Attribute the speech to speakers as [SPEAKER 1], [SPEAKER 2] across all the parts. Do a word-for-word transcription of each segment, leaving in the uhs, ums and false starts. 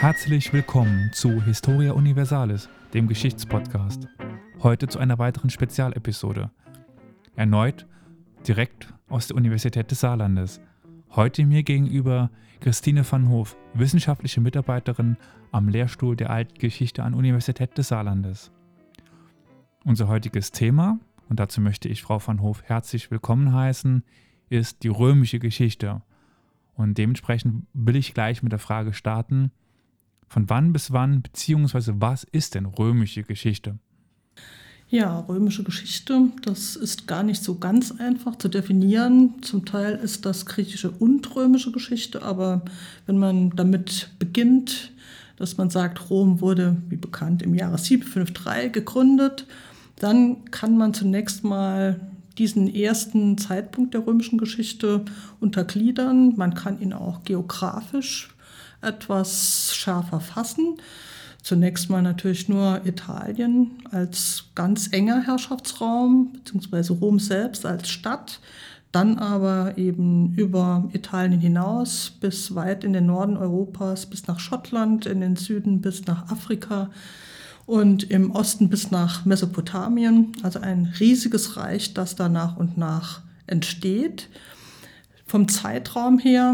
[SPEAKER 1] Herzlich willkommen zu Historia Universalis, dem Geschichtspodcast. Heute zu einer weiteren Spezialepisode. Erneut direkt aus der Universität des Saarlandes. Heute mir gegenüber Christine van Hoof, wissenschaftliche Mitarbeiterin am Lehrstuhl der Alten Geschichte an der Universität des Saarlandes. Unser heutiges Thema, und dazu möchte ich Frau van Hoof herzlich willkommen heißen, ist die römische Geschichte. Und dementsprechend will ich gleich mit der Frage starten, von wann bis wann, beziehungsweise was ist denn römische Geschichte?
[SPEAKER 2] Ja, römische Geschichte, das ist gar nicht so ganz einfach zu definieren. Zum Teil ist das griechische und römische Geschichte, aber wenn man damit beginnt, dass man sagt, Rom wurde, wie bekannt, im Jahre siebenhundertdrei gegründet, dann kann man zunächst mal diesen ersten Zeitpunkt der römischen Geschichte untergliedern. Man kann ihn auch geografisch etwas schärfer fassen. Zunächst mal natürlich nur Italien als ganz enger Herrschaftsraum, beziehungsweise Rom selbst als Stadt, dann aber eben über Italien hinaus bis weit in den Norden Europas, bis nach Schottland, in den Süden bis nach Afrika und im Osten bis nach Mesopotamien. Also ein riesiges Reich, das da nach und nach entsteht. Vom Zeitraum her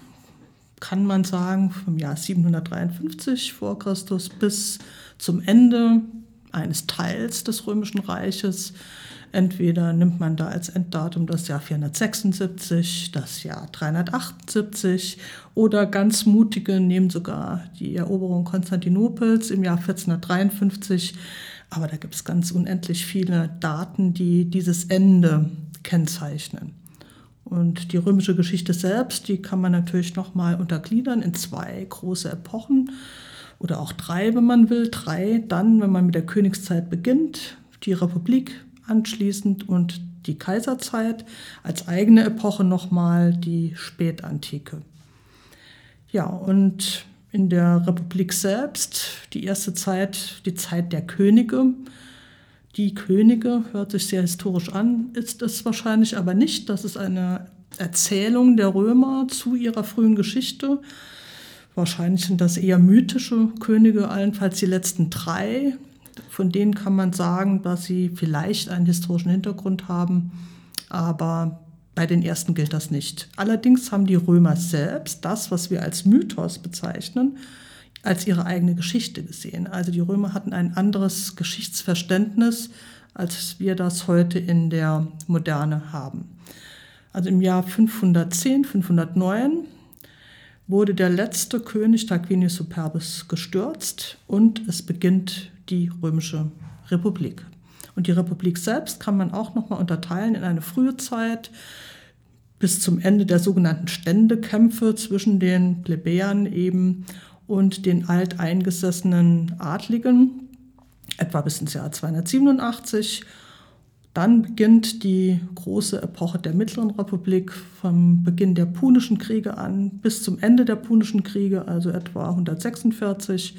[SPEAKER 2] kann man sagen, vom Jahr siebenhundertdreiundfünfzig vor Christus bis zum Ende eines Teils des Römischen Reiches. Entweder nimmt man da als Enddatum das Jahr vierhundertsechsundsiebzig, das Jahr dreihundertachtundsiebzig oder ganz mutige nehmen sogar die Eroberung Konstantinopels im Jahr vierzehnhundertdreiundfünfzig. Aber da gibt es ganz unendlich viele Daten, die dieses Ende kennzeichnen. Und die römische Geschichte selbst, die kann man natürlich nochmal untergliedern in zwei große Epochen oder auch drei, wenn man will. Drei dann, wenn man mit der Königszeit beginnt, die Republik anschließend und die Kaiserzeit, als eigene Epoche nochmal die Spätantike. Ja, und in der Republik selbst, die erste Zeit, die Zeit der Könige. Die Könige, hört sich sehr historisch an, ist es wahrscheinlich aber nicht. Das ist eine Erzählung der Römer zu ihrer frühen Geschichte. Wahrscheinlich sind das eher mythische Könige, allenfalls die letzten drei. Von denen kann man sagen, dass sie vielleicht einen historischen Hintergrund haben, aber bei den ersten gilt das nicht. Allerdings haben die Römer selbst das, was wir als Mythos bezeichnen, als ihre eigene Geschichte gesehen. Also die Römer hatten ein anderes Geschichtsverständnis, als wir das heute in der Moderne haben. Also im Jahr fünfhundertzehn, fünfhundertneun wurde der letzte König Tarquinius Superbus gestürzt und es beginnt die Römische Republik. Und die Republik selbst kann man auch nochmal unterteilen in eine frühe Zeit bis zum Ende der sogenannten Ständekämpfe zwischen den Plebejern eben und den alteingesessenen Adligen, etwa bis ins Jahr zweihundertsiebenundachtzig. Dann beginnt die große Epoche der Mittleren Republik vom Beginn der Punischen Kriege an bis zum Ende der Punischen Kriege, also etwa hundertsechsundvierzig.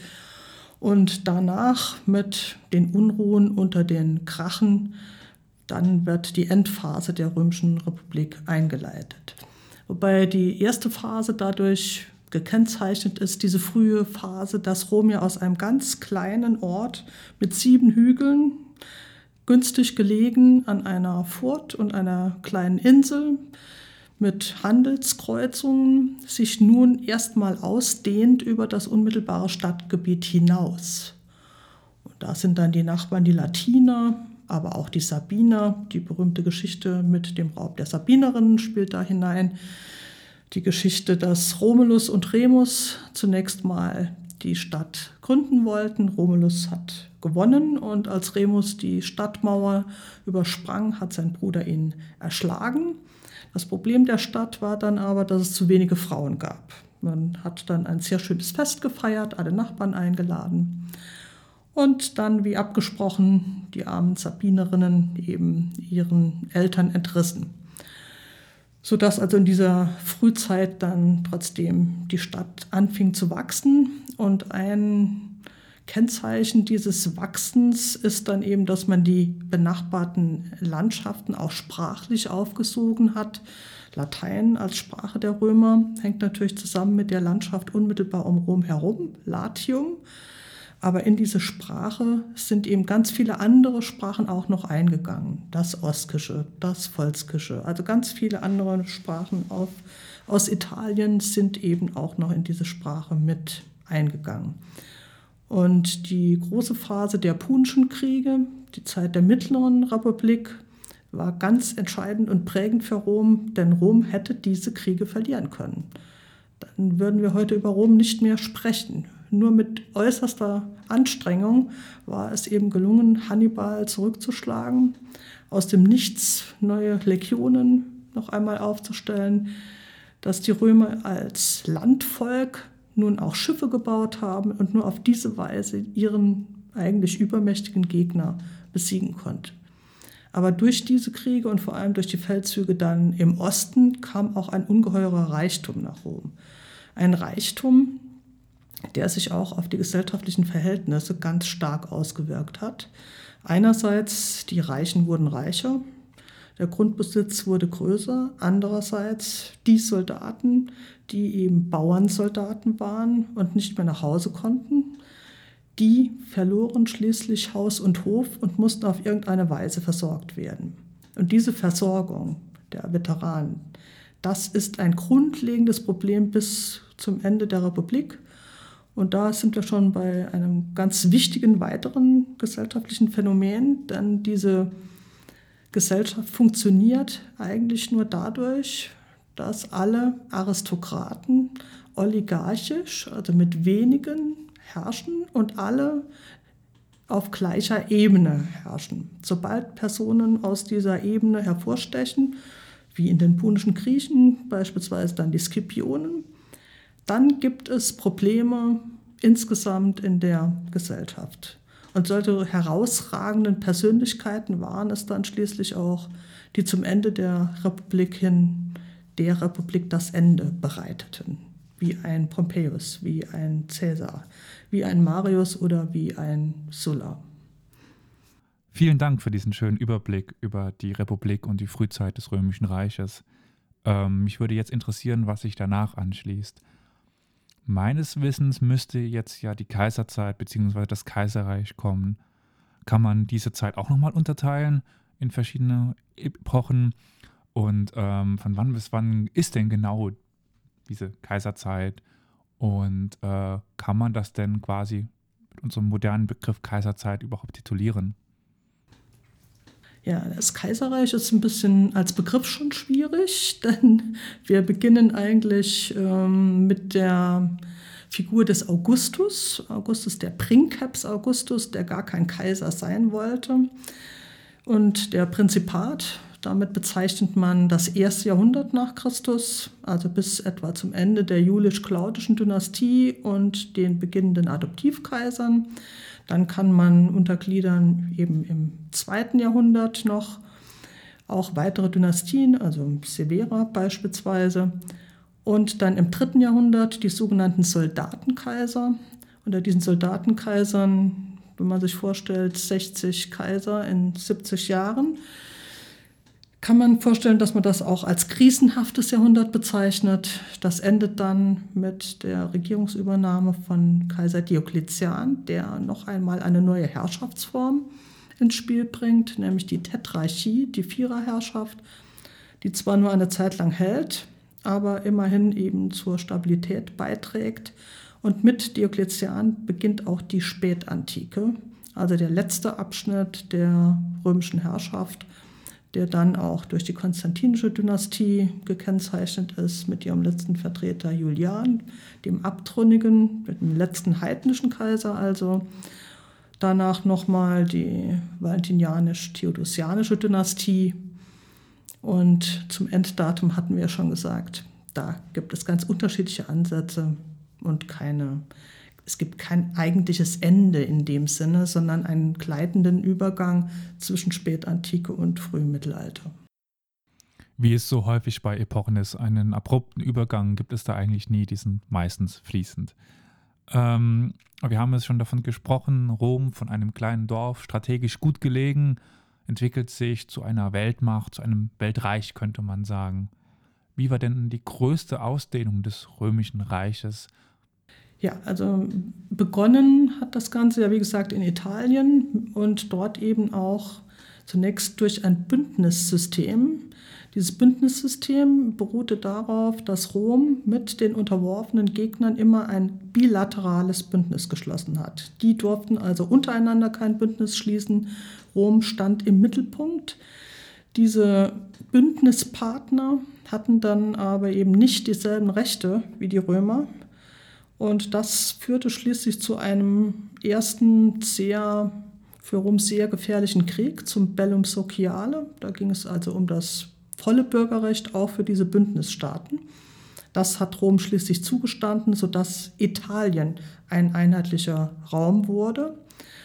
[SPEAKER 2] Und danach mit den Unruhen unter den Gracchen, dann wird die Endphase der Römischen Republik eingeleitet. Wobei die erste Phase dadurch gekennzeichnet ist, diese frühe Phase, dass Rom ja aus einem ganz kleinen Ort mit sieben Hügeln, günstig gelegen an einer Furt und einer kleinen Insel mit Handelskreuzungen, sich nun erstmal ausdehnt über das unmittelbare Stadtgebiet hinaus. Und da sind dann die Nachbarn die Latiner, aber auch die Sabiner. Die berühmte Geschichte mit dem Raub der Sabinerinnen spielt da hinein. Die Geschichte, dass Romulus und Remus zunächst mal die Stadt gründen wollten. Romulus hat gewonnen und als Remus die Stadtmauer übersprang, hat sein Bruder ihn erschlagen. Das Problem der Stadt war dann aber, dass es zu wenige Frauen gab. Man hat dann ein sehr schönes Fest gefeiert, alle Nachbarn eingeladen. Und dann, wie abgesprochen, die armen Sabinerinnen eben ihren Eltern entrissen. Sodass also in dieser Frühzeit dann trotzdem die Stadt anfing zu wachsen und ein Kennzeichen dieses Wachsens ist dann eben, dass man die benachbarten Landschaften auch sprachlich aufgesogen hat. Latein als Sprache der Römer hängt natürlich zusammen mit der Landschaft unmittelbar um Rom herum, Latium. Aber in diese Sprache sind eben ganz viele andere Sprachen auch noch eingegangen. Das Oskische, das Volskische, also ganz viele andere Sprachen auf, aus Italien sind eben auch noch in diese Sprache mit eingegangen. Und die große Phase der Punischen Kriege, die Zeit der Mittleren Republik, war ganz entscheidend und prägend für Rom, denn Rom hätte diese Kriege verlieren können. Dann würden wir heute über Rom nicht mehr sprechen. Nur mit äußerster Anstrengung war es eben gelungen, Hannibal zurückzuschlagen, aus dem Nichts neue Legionen noch einmal aufzustellen, dass die Römer als Landvolk nun auch Schiffe gebaut haben und nur auf diese Weise ihren eigentlich übermächtigen Gegner besiegen konnten. Aber durch diese Kriege und vor allem durch die Feldzüge dann im Osten kam auch ein ungeheurer Reichtum nach Rom. Ein Reichtum, der sich auch auf die gesellschaftlichen Verhältnisse ganz stark ausgewirkt hat. Einerseits, die Reichen wurden reicher, der Grundbesitz wurde größer. Andererseits, die Soldaten, die eben Bauernsoldaten waren und nicht mehr nach Hause konnten, die verloren schließlich Haus und Hof und mussten auf irgendeine Weise versorgt werden. Und diese Versorgung der Veteranen, das ist ein grundlegendes Problem bis zum Ende der Republik. Und da sind wir schon bei einem ganz wichtigen weiteren gesellschaftlichen Phänomen, denn diese Gesellschaft funktioniert eigentlich nur dadurch, dass alle Aristokraten oligarchisch, also mit wenigen herrschen und alle auf gleicher Ebene herrschen. Sobald Personen aus dieser Ebene hervorstechen, wie in den Punischen Griechen, beispielsweise dann die Scipionen, dann gibt es Probleme insgesamt in der Gesellschaft. Und solche herausragenden Persönlichkeiten waren es dann schließlich auch, die zum Ende der Republik hin der Republik das Ende bereiteten. Wie ein Pompeius, wie ein Caesar, wie ein Marius oder wie ein Sulla.
[SPEAKER 1] Vielen Dank für diesen schönen Überblick über die Republik und die Frühzeit des Römischen Reiches. Ähm, mich würde jetzt interessieren, was sich danach anschließt. Meines Wissens müsste jetzt ja die Kaiserzeit bzw. das Kaiserreich kommen. Kann man diese Zeit auch nochmal unterteilen in verschiedene Epochen? Und ähm, von wann bis wann ist denn genau diese Kaiserzeit? Und äh, kann man das denn quasi mit unserem modernen Begriff Kaiserzeit überhaupt titulieren?
[SPEAKER 2] Ja, das Kaiserreich ist ein bisschen als Begriff schon schwierig, denn wir beginnen eigentlich ähm, mit der Figur des Augustus, Augustus der Princeps Augustus, der gar kein Kaiser sein wollte. Und der Prinzipat, damit bezeichnet man das erste Jahrhundert nach Christus, also bis etwa zum Ende der julisch-claudischen Dynastie und den beginnenden Adoptivkaisern. Dann kann man untergliedern eben im zweiten Jahrhundert noch auch weitere Dynastien, also Severa beispielsweise. Und dann im dritten Jahrhundert die sogenannten Soldatenkaiser. Unter diesen Soldatenkaisern, wenn man sich vorstellt, sechzig Kaiser in siebzig Jahren, kann man vorstellen, dass man das auch als krisenhaftes Jahrhundert bezeichnet. Das endet dann mit der Regierungsübernahme von Kaiser Diokletian, der noch einmal eine neue Herrschaftsform ins Spiel bringt, nämlich die Tetrarchie, die Viererherrschaft, die zwar nur eine Zeit lang hält, aber immerhin eben zur Stabilität beiträgt. Und mit Diokletian beginnt auch die Spätantike, also der letzte Abschnitt der römischen Herrschaft, der dann auch durch die konstantinische Dynastie gekennzeichnet ist, mit ihrem letzten Vertreter Julian, dem Abtrünnigen, mit dem letzten heidnischen Kaiser also. Danach nochmal die valentinianisch-theodosianische Dynastie. Und zum Enddatum hatten wir ja schon gesagt, da gibt es ganz unterschiedliche Ansätze und keine, es gibt kein eigentliches Ende in dem Sinne, sondern einen gleitenden Übergang zwischen Spätantike und Frühmittelalter.
[SPEAKER 1] Wie es so häufig bei Epochen ist, einen abrupten Übergang gibt es da eigentlich nie, die sind meistens fließend. Ähm, wir haben es schon davon gesprochen, Rom von einem kleinen Dorf, strategisch gut gelegen, entwickelt sich zu einer Weltmacht, zu einem Weltreich, könnte man sagen. Wie war denn die größte Ausdehnung des Römischen Reiches?
[SPEAKER 2] Ja, also begonnen hat das Ganze ja, wie gesagt, in Italien und dort eben auch zunächst durch ein Bündnissystem. Dieses Bündnissystem beruhte darauf, dass Rom mit den unterworfenen Gegnern immer ein bilaterales Bündnis geschlossen hat. Die durften also untereinander kein Bündnis schließen. Rom stand im Mittelpunkt. Diese Bündnispartner hatten dann aber eben nicht dieselben Rechte wie die Römer. Und das führte schließlich zu einem ersten sehr, für Rom sehr gefährlichen Krieg, zum Bellum Sociale. Da ging es also um das volle Bürgerrecht auch für diese Bündnisstaaten. Das hat Rom schließlich zugestanden, sodass Italien ein einheitlicher Raum wurde.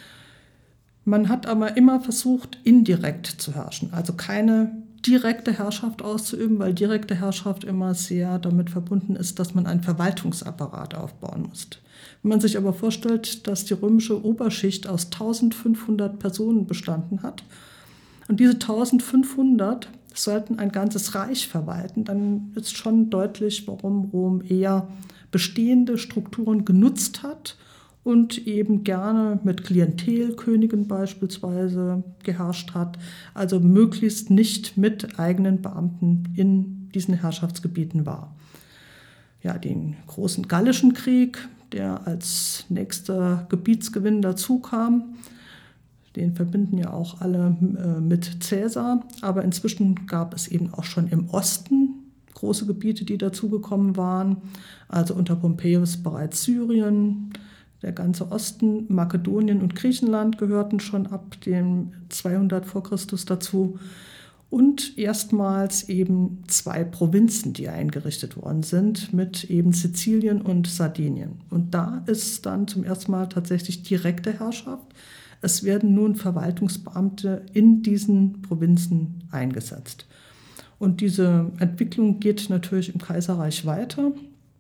[SPEAKER 2] Man hat aber immer versucht, indirekt zu herrschen, also keine direkte Herrschaft auszuüben, weil direkte Herrschaft immer sehr damit verbunden ist, dass man einen Verwaltungsapparat aufbauen muss. Wenn man sich aber vorstellt, dass die römische Oberschicht aus eintausendfünfhundert Personen bestanden hat und diese eintausendfünfhundert sollten ein ganzes Reich verwalten, dann ist schon deutlich, warum Rom eher bestehende Strukturen genutzt hat und eben gerne mit Klientelkönigen beispielsweise geherrscht hat, also möglichst nicht mit eigenen Beamten in diesen Herrschaftsgebieten war. Ja, den großen Gallischen Krieg, der als nächster Gebietsgewinn dazu kam, den verbinden ja auch alle äh, mit Caesar, aber inzwischen gab es eben auch schon im Osten große Gebiete, die dazugekommen waren, also unter Pompeius bereits Syrien. Der ganze Osten, Makedonien und Griechenland gehörten schon ab dem zweihundert vor Christus dazu. Und erstmals eben zwei Provinzen, die eingerichtet worden sind, mit eben Sizilien und Sardinien. Und da ist dann zum ersten Mal tatsächlich direkte Herrschaft. Es werden nun Verwaltungsbeamte in diesen Provinzen eingesetzt. Und diese Entwicklung geht natürlich im Kaiserreich weiter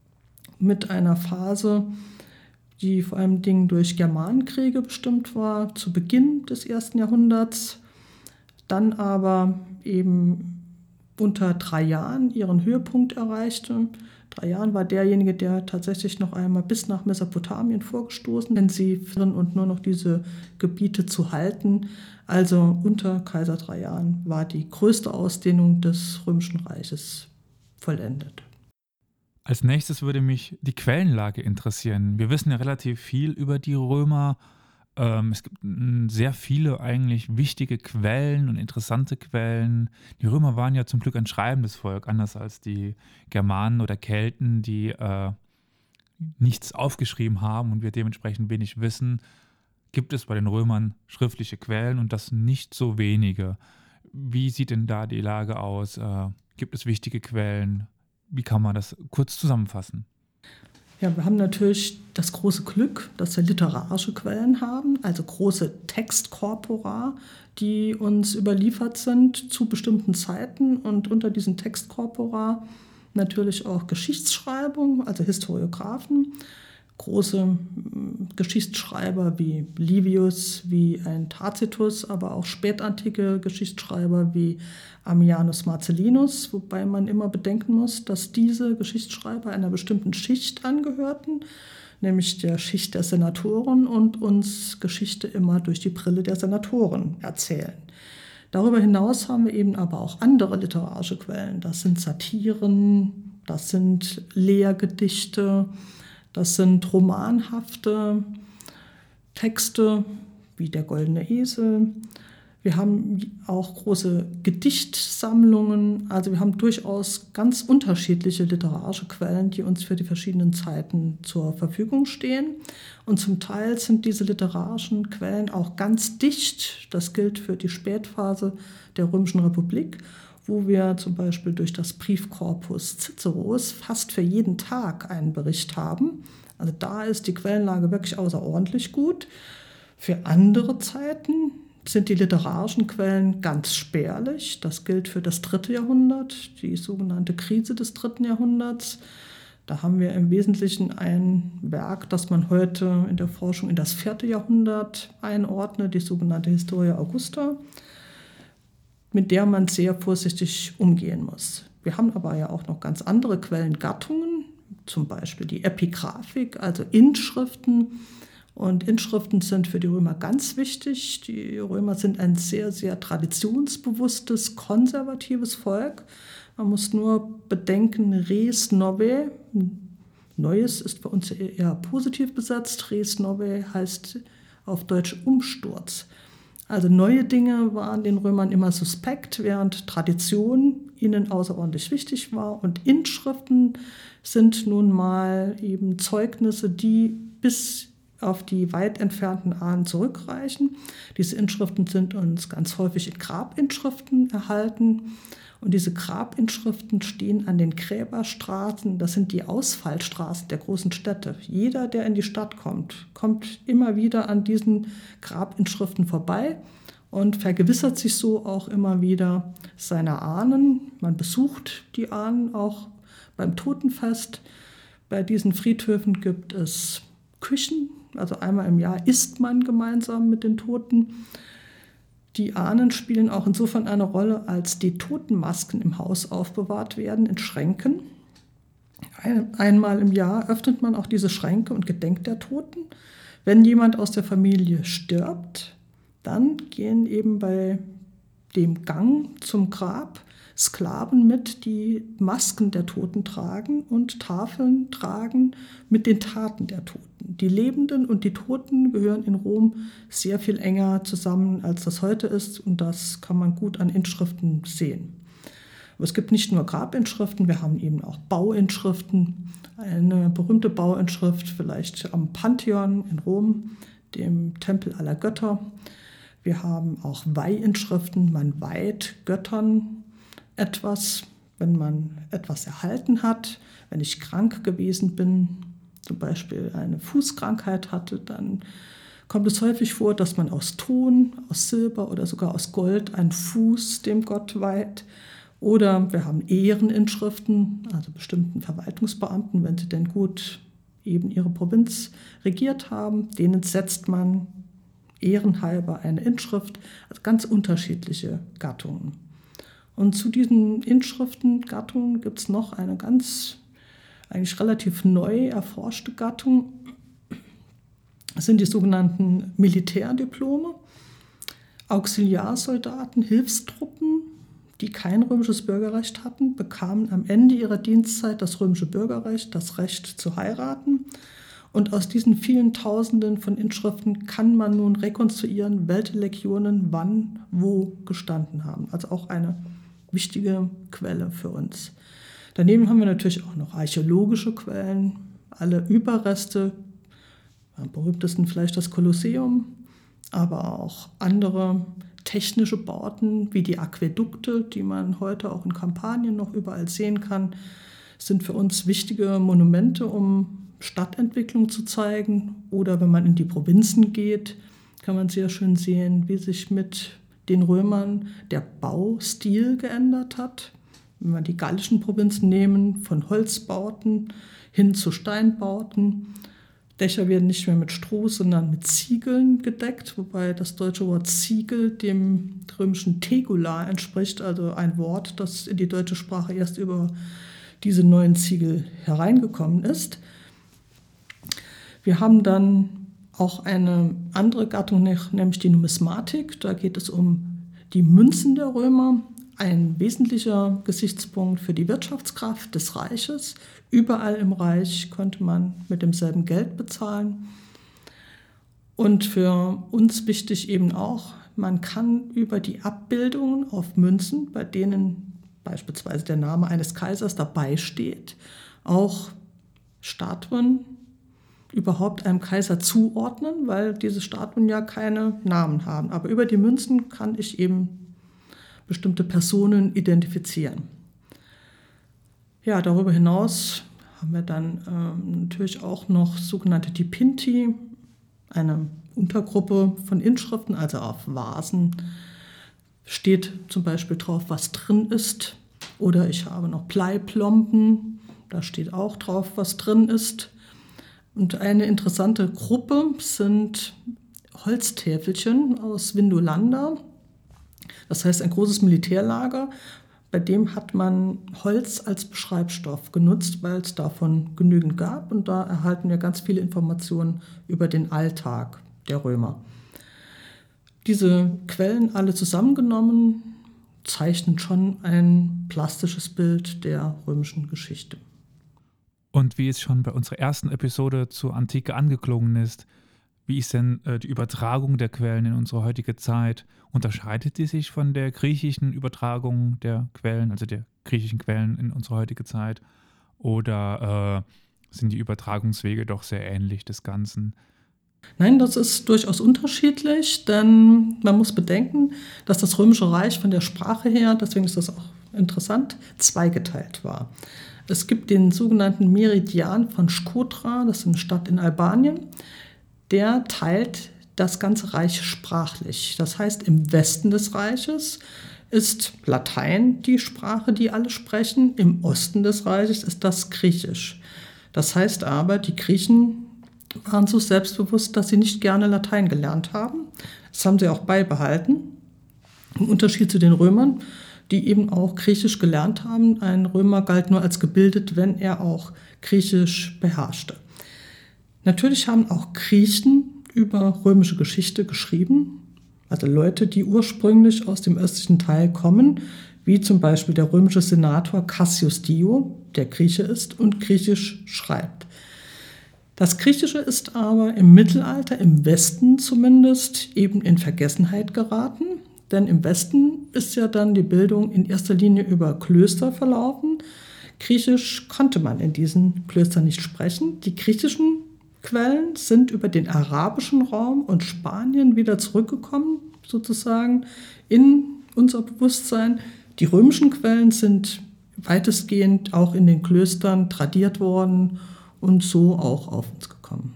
[SPEAKER 2] mit einer Phase, die vor allem Dingen durch Germanenkriege bestimmt war, zu Beginn des ersten Jahrhunderts, dann aber eben unter Trajan ihren Höhepunkt erreichte. Trajan war derjenige, der tatsächlich noch einmal bis nach Mesopotamien vorgestoßen, denn sie und nur noch diese Gebiete zu halten. Also unter Kaiser Trajan war die größte Ausdehnung des Römischen Reiches vollendet.
[SPEAKER 1] Als nächstes würde mich die Quellenlage interessieren. Wir wissen ja relativ viel über die Römer. Ähm, es gibt sehr viele eigentlich wichtige Quellen und interessante Quellen. Die Römer waren ja zum Glück ein schreibendes Volk, anders als die Germanen oder Kelten, die äh, nichts aufgeschrieben haben und wir dementsprechend wenig wissen. Gibt es bei den Römern schriftliche Quellen und das nicht so wenige. Wie sieht denn da die Lage aus? Äh, gibt es wichtige Quellen? Wie kann man das kurz zusammenfassen?
[SPEAKER 2] Ja, wir haben natürlich das große Glück, dass wir literarische Quellen haben, also große Textkorpora, die uns überliefert sind zu bestimmten Zeiten und unter diesen Textkorpora natürlich auch Geschichtsschreibung, also Historiographen, große Geschichtsschreiber wie Livius, wie ein Tacitus, aber auch spätantike Geschichtsschreiber wie Ammianus Marcellinus, wobei man immer bedenken muss, dass diese Geschichtsschreiber einer bestimmten Schicht angehörten, nämlich der Schicht der Senatoren und uns Geschichte immer durch die Brille der Senatoren erzählen. Darüber hinaus haben wir eben aber auch andere literarische Quellen. Das sind Satiren, das sind Lehrgedichte, das sind romanhafte Texte wie der Goldene Esel. Wir haben auch große Gedichtsammlungen. Also wir haben durchaus ganz unterschiedliche literarische Quellen, die uns für die verschiedenen Zeiten zur Verfügung stehen. Und zum Teil sind diese literarischen Quellen auch ganz dicht. Das gilt für die Spätphase der Römischen Republik, wo wir zum Beispiel durch das Briefkorpus Ciceros fast für jeden Tag einen Bericht haben. Also da ist die Quellenlage wirklich außerordentlich gut. Für andere Zeiten sind die literarischen Quellen ganz spärlich. Das gilt für das dritte Jahrhundert, die sogenannte Krise des dritten Jahrhunderts. Da haben wir im Wesentlichen ein Werk, das man heute in der Forschung in das vierte Jahrhundert einordnet, die sogenannte Historia Augusta, mit der man sehr vorsichtig umgehen muss. Wir haben aber ja auch noch ganz andere Quellengattungen, zum Beispiel die Epigraphik, also Inschriften. Und Inschriften sind für die Römer ganz wichtig. Die Römer sind ein sehr, sehr traditionsbewusstes, konservatives Volk. Man muss nur bedenken, res novae, Neues ist bei uns eher positiv besetzt, res novae heißt auf Deutsch Umsturz. Also neue Dinge waren den Römern immer suspekt, während Tradition ihnen außerordentlich wichtig war. Und Inschriften sind nun mal eben Zeugnisse, die bis auf die weit entfernten Ahnen zurückreichen. Diese Inschriften sind uns ganz häufig in Grabinschriften erhalten. Und diese Grabinschriften stehen an den Gräberstraßen. Das sind die Ausfallstraßen der großen Städte. Jeder, der in die Stadt kommt, kommt immer wieder an diesen Grabinschriften vorbei und vergewissert sich so auch immer wieder seiner Ahnen. Man besucht die Ahnen auch beim Totenfest. Bei diesen Friedhöfen gibt es Küchen. Also einmal im Jahr isst man gemeinsam mit den Toten. Die Ahnen spielen auch insofern eine Rolle, als die Totenmasken im Haus aufbewahrt werden in Schränken. Ein, einmal im Jahr öffnet man auch diese Schränke und gedenkt der Toten. Wenn jemand aus der Familie stirbt, dann gehen eben bei dem Gang zum Grab Sklaven mit, die Masken der Toten tragen und Tafeln tragen mit den Taten der Toten. Die Lebenden und die Toten gehören in Rom sehr viel enger zusammen, als das heute ist, und das kann man gut an Inschriften sehen. Aber es gibt nicht nur Grabinschriften, wir haben eben auch Bauinschriften. Eine berühmte Bauinschrift vielleicht am Pantheon in Rom, dem Tempel aller Götter. Wir haben auch Weihinschriften, man weiht Göttern etwas, wenn man etwas erhalten hat. Wenn ich krank gewesen bin, zum Beispiel eine Fußkrankheit hatte, dann kommt es häufig vor, dass man aus Ton, aus Silber oder sogar aus Gold einen Fuß dem Gott weiht. Oder wir haben Ehreninschriften, also bestimmten Verwaltungsbeamten, wenn sie denn gut eben ihre Provinz regiert haben, denen setzt man ehrenhalber eine Inschrift, also ganz unterschiedliche Gattungen. Und zu diesen Inschriftengattungen gibt es noch eine ganz, eigentlich relativ neu erforschte Gattung. Das sind die sogenannten Militärdiplome. Auxiliarsoldaten, Hilfstruppen, die kein römisches Bürgerrecht hatten, bekamen am Ende ihrer Dienstzeit das römische Bürgerrecht, das Recht zu heiraten. Und aus diesen vielen Tausenden von Inschriften kann man nun rekonstruieren, welche Legionen wann, wo gestanden haben. Also auch eine wichtige Quelle für uns. Daneben haben wir natürlich auch noch archäologische Quellen, alle Überreste, am berühmtesten vielleicht das Kolosseum, aber auch andere technische Bauten wie die Aquädukte, die man heute auch in Kampanien noch überall sehen kann, sind für uns wichtige Monumente, um Stadtentwicklung zu zeigen. Oder wenn man in die Provinzen geht, kann man sehr schön sehen, wie sich mit den Römern der Baustil geändert hat. Wenn wir die gallischen Provinzen nehmen, von Holzbauten hin zu Steinbauten. Dächer werden nicht mehr mit Stroh, sondern mit Ziegeln gedeckt, wobei das deutsche Wort Ziegel dem römischen Tegula entspricht, also ein Wort, das in die deutsche Sprache erst über diese neuen Ziegel hereingekommen ist. Wir haben dann auch eine andere Gattung, nämlich die Numismatik. Da geht es um die Münzen der Römer, ein wesentlicher Gesichtspunkt für die Wirtschaftskraft des Reiches. Überall im Reich konnte man mit demselben Geld bezahlen. Und für uns wichtig eben auch, man kann über die Abbildungen auf Münzen, bei denen beispielsweise der Name eines Kaisers dabei steht, auch Statuen überhaupt einem Kaiser zuordnen, weil diese Statuen ja keine Namen haben. Aber über die Münzen kann ich eben bestimmte Personen identifizieren. Ja, darüber hinaus haben wir dann ähm, natürlich auch noch sogenannte Dipinti, eine Untergruppe von Inschriften, also auf Vasen steht zum Beispiel drauf, was drin ist. Oder ich habe noch Bleiplomben, Da steht auch drauf, was drin ist. Und eine interessante Gruppe sind Holztäfelchen aus Vindolanda. Das heißt ein großes Militärlager. Bei dem hat man Holz als Beschreibstoff genutzt, weil es davon genügend gab. Und da erhalten wir ganz viele Informationen über den Alltag der Römer. Diese Quellen alle zusammengenommen zeichnen schon ein plastisches Bild der römischen Geschichte.
[SPEAKER 1] Und wie es schon bei unserer ersten Episode zur Antike angeklungen ist, wie ist denn äh, die Übertragung der Quellen in unsere heutige Zeit? Unterscheidet die sich von der griechischen Übertragung der Quellen, also der griechischen Quellen in unsere heutige Zeit? Oder äh, sind die Übertragungswege doch sehr ähnlich des Ganzen?
[SPEAKER 2] Nein, das ist durchaus unterschiedlich, denn man muss bedenken, dass das Römische Reich von der Sprache her, deswegen ist das auch interessant, zweigeteilt war. Es gibt den sogenannten Meridian von Shkodra, das ist eine Stadt in Albanien, der teilt das ganze Reich sprachlich. Das heißt, im Westen des Reiches ist Latein die Sprache, die alle sprechen, im Osten des Reiches ist das Griechisch. Das heißt aber, die Griechen waren so selbstbewusst, dass sie nicht gerne Latein gelernt haben. Das haben sie auch beibehalten, im Unterschied zu den Römern, die eben auch Griechisch gelernt haben. Ein Römer galt nur als gebildet, wenn er auch Griechisch beherrschte. Natürlich haben auch Griechen über römische Geschichte geschrieben, also Leute, die ursprünglich aus dem östlichen Teil kommen, wie zum Beispiel der römische Senator Cassius Dio, der Grieche ist und Griechisch schreibt. Das Griechische ist aber im Mittelalter, im Westen zumindest, eben in Vergessenheit geraten. Denn im Westen ist ja dann die Bildung in erster Linie über Klöster verlaufen. Griechisch konnte man in diesen Klöstern nicht sprechen. Die griechischen Quellen sind über den arabischen Raum und Spanien wieder zurückgekommen, sozusagen, in unser Bewusstsein. Die römischen Quellen sind weitestgehend auch in den Klöstern tradiert worden und so auch auf uns gekommen.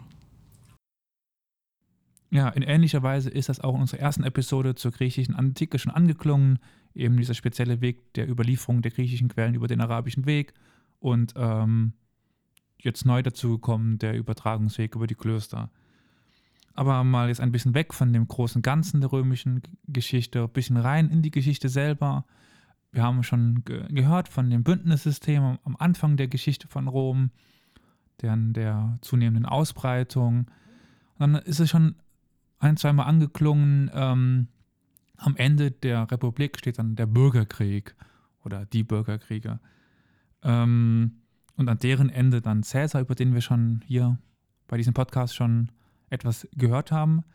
[SPEAKER 1] Ja, in ähnlicher Weise ist das auch in unserer ersten Episode zur griechischen Antike schon angeklungen, eben dieser spezielle Weg der Überlieferung der griechischen Quellen über den arabischen Weg und ähm, jetzt neu dazu gekommen, der Übertragungsweg über die Klöster. Aber mal jetzt ein bisschen weg von dem großen Ganzen der römischen Geschichte, ein bisschen rein in die Geschichte selber. Wir haben schon ge- gehört von dem Bündnissystem am Anfang der Geschichte von Rom, deren der zunehmenden Ausbreitung. Dann ist es schon ein, zweimal angeklungen, ähm, am Ende der Republik steht dann der Bürgerkrieg oder die Bürgerkriege. Ähm, und an deren Ende dann Caesar, über den wir schon hier bei diesem Podcast schon etwas gehört haben.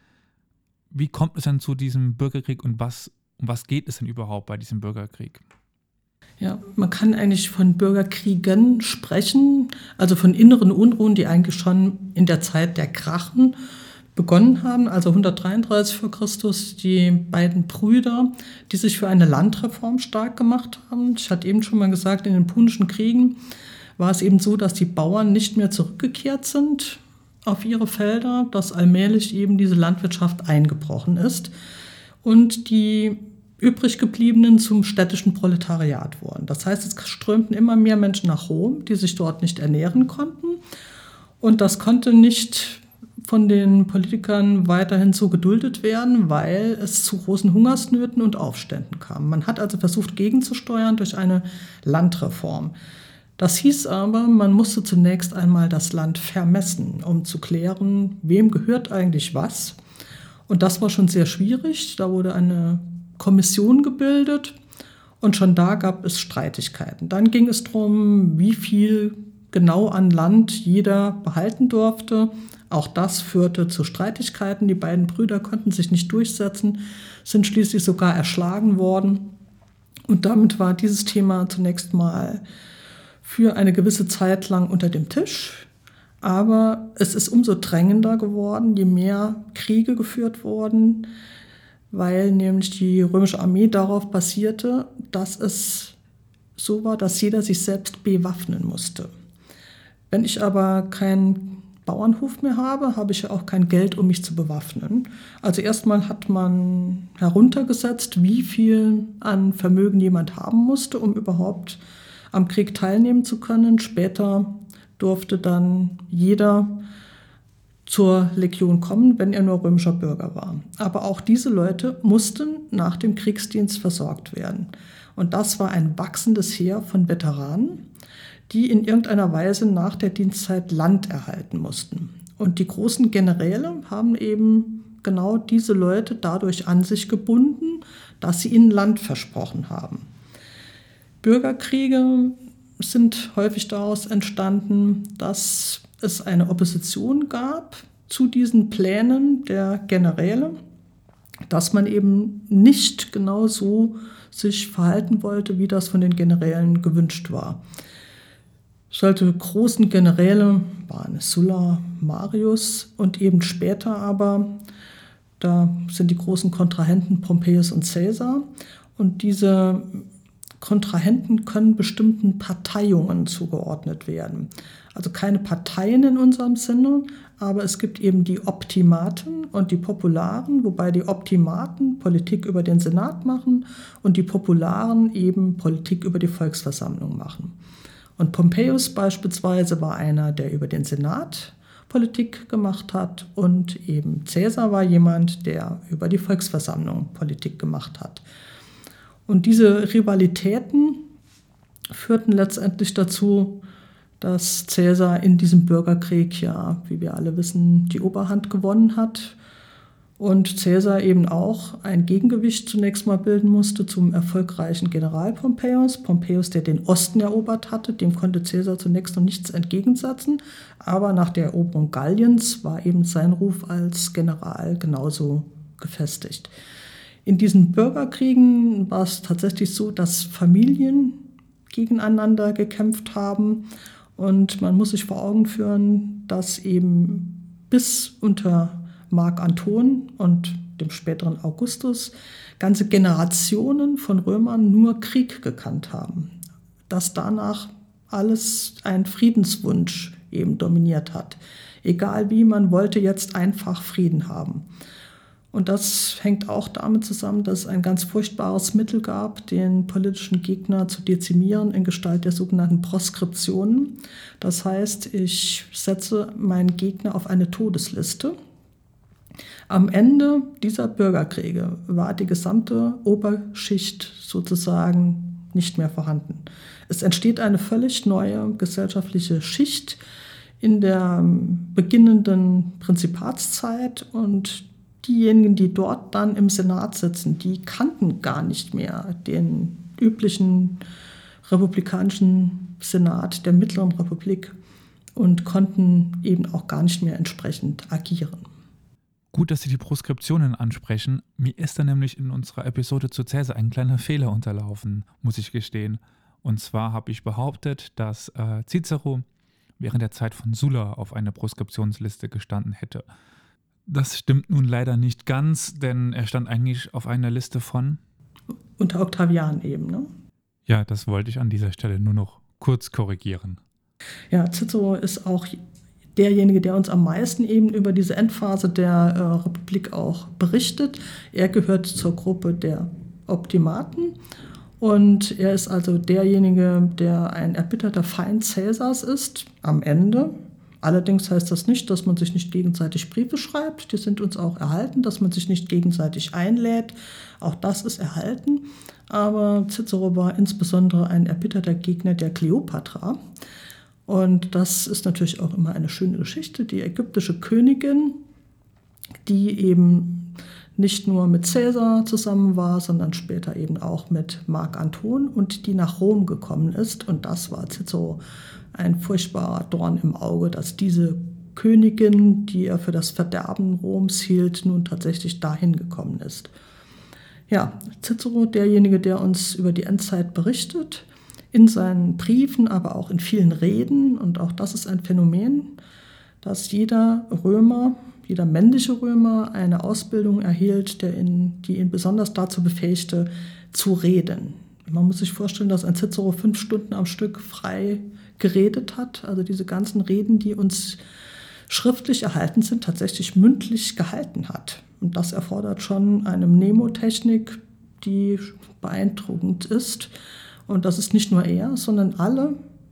[SPEAKER 1] Wie kommt es denn zu diesem Bürgerkrieg und was, um was geht es denn überhaupt bei diesem Bürgerkrieg?
[SPEAKER 2] Ja, man kann eigentlich von Bürgerkriegen sprechen, also von inneren Unruhen, die eigentlich schon in der Zeit der Gracchen begonnen haben, also hundertdreiunddreißig vor Christus, die beiden Brüder, die sich für eine Landreform stark gemacht haben. Ich hatte eben schon mal gesagt, in den Punischen Kriegen war es eben so, dass die Bauern nicht mehr zurückgekehrt sind auf ihre Felder, dass allmählich eben diese Landwirtschaft eingebrochen ist und die übrig gebliebenen zum städtischen Proletariat wurden. Das heißt, es strömten immer mehr Menschen nach Rom, die sich dort nicht ernähren konnten und das konnte nicht von den Politikern weiterhin so geduldet werden, weil es zu großen Hungersnöten und Aufständen kam. Man hat also versucht, gegenzusteuern durch eine Landreform. Das hieß aber, man musste zunächst einmal das Land vermessen, um zu klären, wem gehört eigentlich was. Und das war schon sehr schwierig. Da wurde eine Kommission gebildet und schon da gab es Streitigkeiten. Dann ging es darum, wie viel genau an Land jeder behalten durfte. Auch das führte zu Streitigkeiten. Die beiden Brüder konnten sich nicht durchsetzen, sind schließlich sogar erschlagen worden. Und damit war dieses Thema zunächst mal für eine gewisse Zeit lang unter dem Tisch. Aber es ist umso drängender geworden, je mehr Kriege geführt wurden, weil nämlich die römische Armee darauf basierte, dass es so war, dass jeder sich selbst bewaffnen musste. Wenn ich aber keinen Bauernhof mehr habe, habe ich ja auch kein Geld, um mich zu bewaffnen. Also erstmal hat man heruntergesetzt, wie viel an Vermögen jemand haben musste, um überhaupt am Krieg teilnehmen zu können. Später durfte dann jeder zur Legion kommen, wenn er nur römischer Bürger war. Aber auch diese Leute mussten nach dem Kriegsdienst versorgt werden. Und das war ein wachsendes Heer von Veteranen, die in irgendeiner Weise nach der Dienstzeit Land erhalten mussten. Und die großen Generäle haben eben genau diese Leute dadurch an sich gebunden, dass sie ihnen Land versprochen haben. Bürgerkriege sind häufig daraus entstanden, dass es eine Opposition gab zu diesen Plänen der Generäle, dass man eben nicht genau so sich verhalten wollte, wie das von den Generälen gewünscht war. Solche großen Generäle waren Sulla, Marius und eben später aber, da sind die großen Kontrahenten Pompeius und Caesar. Und diese Kontrahenten können bestimmten Parteiungen zugeordnet werden. Also keine Parteien in unserem Sinne, aber es gibt eben die Optimaten und die Popularen, wobei die Optimaten Politik über den Senat machen und die Popularen eben Politik über die Volksversammlung machen. Und Pompeius beispielsweise war einer, der über den Senat Politik gemacht hat, und eben Caesar war jemand, der über die Volksversammlung Politik gemacht hat. Und diese Rivalitäten führten letztendlich dazu, dass Caesar in diesem Bürgerkrieg ja, wie wir alle wissen, die Oberhand gewonnen hat und Caesar eben auch ein Gegengewicht zunächst mal bilden musste zum erfolgreichen General Pompeius. Pompeius, der den Osten erobert hatte, dem konnte Caesar zunächst noch nichts entgegensetzen, aber nach der Eroberung Galliens war eben sein Ruf als General genauso gefestigt. In diesen Bürgerkriegen war es tatsächlich so, dass Familien gegeneinander gekämpft haben. Und man muss sich vor Augen führen, dass eben bis unter Mark Anton und dem späteren Augustus ganze Generationen von Römern nur Krieg gekannt haben. Dass danach alles ein Friedenswunsch eben dominiert hat. Egal wie, man wollte jetzt einfach Frieden haben. Und das hängt auch damit zusammen, dass es ein ganz furchtbares Mittel gab, den politischen Gegner zu dezimieren in Gestalt der sogenannten Proskriptionen. Das heißt, ich setze meinen Gegner auf eine Todesliste. Am Ende dieser Bürgerkriege war die gesamte Oberschicht sozusagen nicht mehr vorhanden. Es entsteht eine völlig neue gesellschaftliche Schicht in der beginnenden Prinzipatszeit, und diejenigen, die dort dann im Senat sitzen, die kannten gar nicht mehr den üblichen republikanischen Senat der Mittleren Republik und konnten eben auch gar nicht mehr entsprechend agieren.
[SPEAKER 1] Gut, dass Sie die Proskriptionen ansprechen. Mir ist da nämlich in unserer Episode zu Caesar ein kleiner Fehler unterlaufen, muss ich gestehen. Und zwar habe ich behauptet, dass äh, Cicero während der Zeit von Sulla auf einer Proskriptionsliste gestanden hätte. Das stimmt nun leider nicht ganz, denn er stand eigentlich auf einer Liste von...
[SPEAKER 2] Unter Octavian eben, ne?
[SPEAKER 1] Ja, das wollte ich an dieser Stelle nur noch kurz korrigieren.
[SPEAKER 2] Ja, Cicero ist auch derjenige, der uns am meisten eben über diese Endphase der äh, Republik auch berichtet. Er gehört zur Gruppe der Optimaten und er ist also derjenige, der ein erbitterter Feind Caesars ist am Ende. Allerdings heißt das nicht, dass man sich nicht gegenseitig Briefe schreibt. Die sind uns auch erhalten, dass man sich nicht gegenseitig einlädt. Auch das ist erhalten. Aber Cicero war insbesondere ein erbitterter Gegner der Kleopatra. Und das ist natürlich auch immer eine schöne Geschichte. Die ägyptische Königin, die eben nicht nur mit Caesar zusammen war, sondern später eben auch mit Mark Anton und die nach Rom gekommen ist. Und das war Cicero ein furchtbarer Dorn im Auge, dass diese Königin, die er für das Verderben Roms hielt, nun tatsächlich dahin gekommen ist. Ja, Cicero, derjenige, der uns über die Endzeit berichtet, in seinen Briefen, aber auch in vielen Reden, und auch das ist ein Phänomen, dass jeder Römer, jeder männliche Römer eine Ausbildung erhielt, der ihn, die ihn besonders dazu befähigte, zu reden. Man muss sich vorstellen, dass ein Cicero fünf Stunden am Stück frei geredet hat. Also diese ganzen Reden, die uns schriftlich erhalten sind, tatsächlich mündlich gehalten hat. Und das erfordert schon eine Mnemotechnik, die beeindruckend ist. Und das ist nicht nur er, sondern alle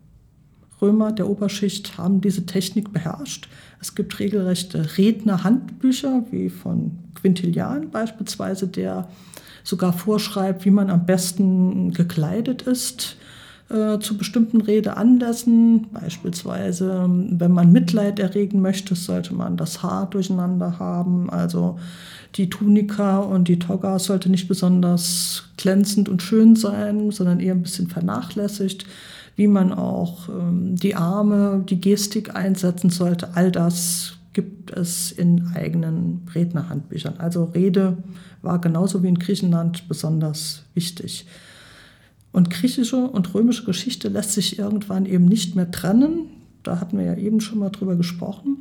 [SPEAKER 2] Römer der Oberschicht haben diese Technik beherrscht. Es gibt regelrechte Rednerhandbücher, wie von Quintilian beispielsweise, der sogar vorschreibt, wie man am besten gekleidet ist äh, zu bestimmten Redeanlässen. Beispielsweise, wenn man Mitleid erregen möchte, sollte man das Haar durcheinander haben. Also die Tunika und die Toga sollte nicht besonders glänzend und schön sein, sondern eher ein bisschen vernachlässigt. Wie man auch ähm, die Arme, die Gestik einsetzen sollte, all das gibt es in eigenen Rednerhandbüchern. Also Rede war genauso wie in Griechenland besonders wichtig. Und griechische und römische Geschichte lässt sich irgendwann eben nicht mehr trennen. Da hatten wir ja eben schon mal drüber gesprochen.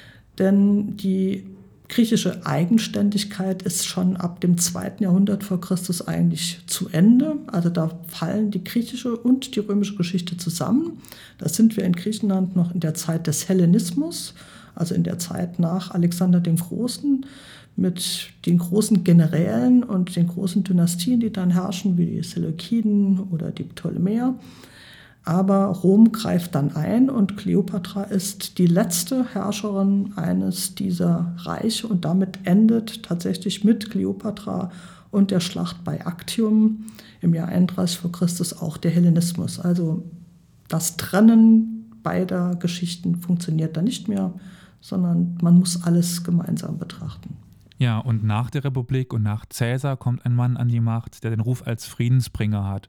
[SPEAKER 2] Denn die griechische Eigenständigkeit ist schon ab dem zweiten Jahrhundert vor Christus eigentlich zu Ende. Also da fallen die griechische und die römische Geschichte zusammen. Da sind wir in Griechenland noch in der Zeit des Hellenismus, also in der Zeit nach Alexander dem Großen, mit den großen Generälen und den großen Dynastien, die dann herrschen, wie die Seleukiden oder die Ptolemäer. Aber Rom greift dann ein und Kleopatra ist die letzte Herrscherin eines dieser Reiche und damit endet tatsächlich mit Kleopatra und der Schlacht bei Actium im Jahr einunddreißig vor Christus auch der Hellenismus. Also das Trennen beider Geschichten funktioniert da nicht mehr, sondern man muss alles gemeinsam betrachten.
[SPEAKER 1] Ja, und nach der Republik und nach Caesar kommt ein Mann an die Macht, der den Ruf als Friedensbringer hat.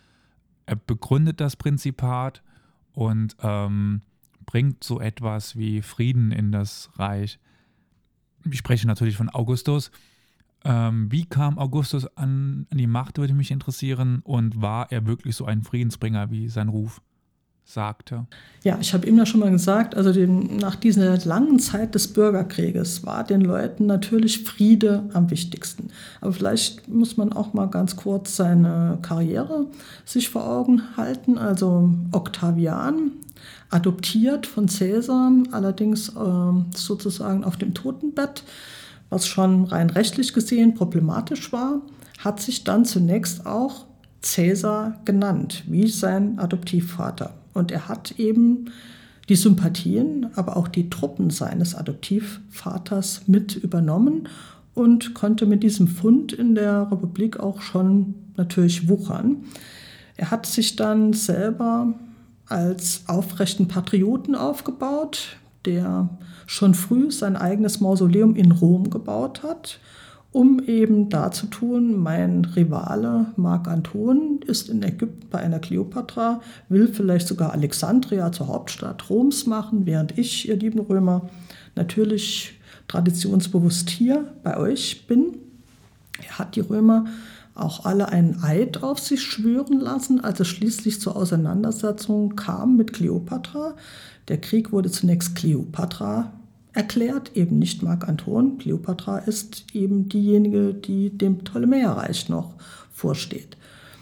[SPEAKER 1] Er begründet das Prinzipat und ähm, bringt so etwas wie Frieden in das Reich. Ich spreche natürlich von Augustus. Ähm, wie kam Augustus an, an die Macht, würde mich interessieren. Und war er wirklich so ein Friedensbringer, wie sein Ruf sagte?
[SPEAKER 2] Ja, ich habe ihm ja schon mal gesagt, also den, nach dieser langen Zeit des Bürgerkrieges war den Leuten natürlich Friede am wichtigsten. Aber vielleicht muss man auch mal ganz kurz seine Karriere sich vor Augen halten. Also Octavian, adoptiert von Caesar, allerdings äh, sozusagen auf dem Totenbett, was schon rein rechtlich gesehen problematisch war, hat sich dann zunächst auch Caesar genannt, wie sein Adoptivvater. Und er hat eben die Sympathien, aber auch die Truppen seines Adoptivvaters mit übernommen und konnte mit diesem Fund in der Republik auch schon natürlich wuchern. Er hat sich dann selber als aufrechten Patrioten aufgebaut, der schon früh sein eigenes Mausoleum in Rom gebaut hat, um eben darzutun, mein Rivale Mark Anton ist in Ägypten bei einer Kleopatra, will vielleicht sogar Alexandria zur Hauptstadt Roms machen, während ich, ihr lieben Römer, natürlich traditionsbewusst hier bei euch bin. Er hat die Römer auch alle einen Eid auf sich schwören lassen, als es schließlich zur Auseinandersetzung kam mit Kleopatra. Der Krieg wurde zunächst Kleopatra erklärt, eben nicht Mark Anton. Kleopatra ist eben diejenige, die dem Ptolemäerreich noch vorsteht.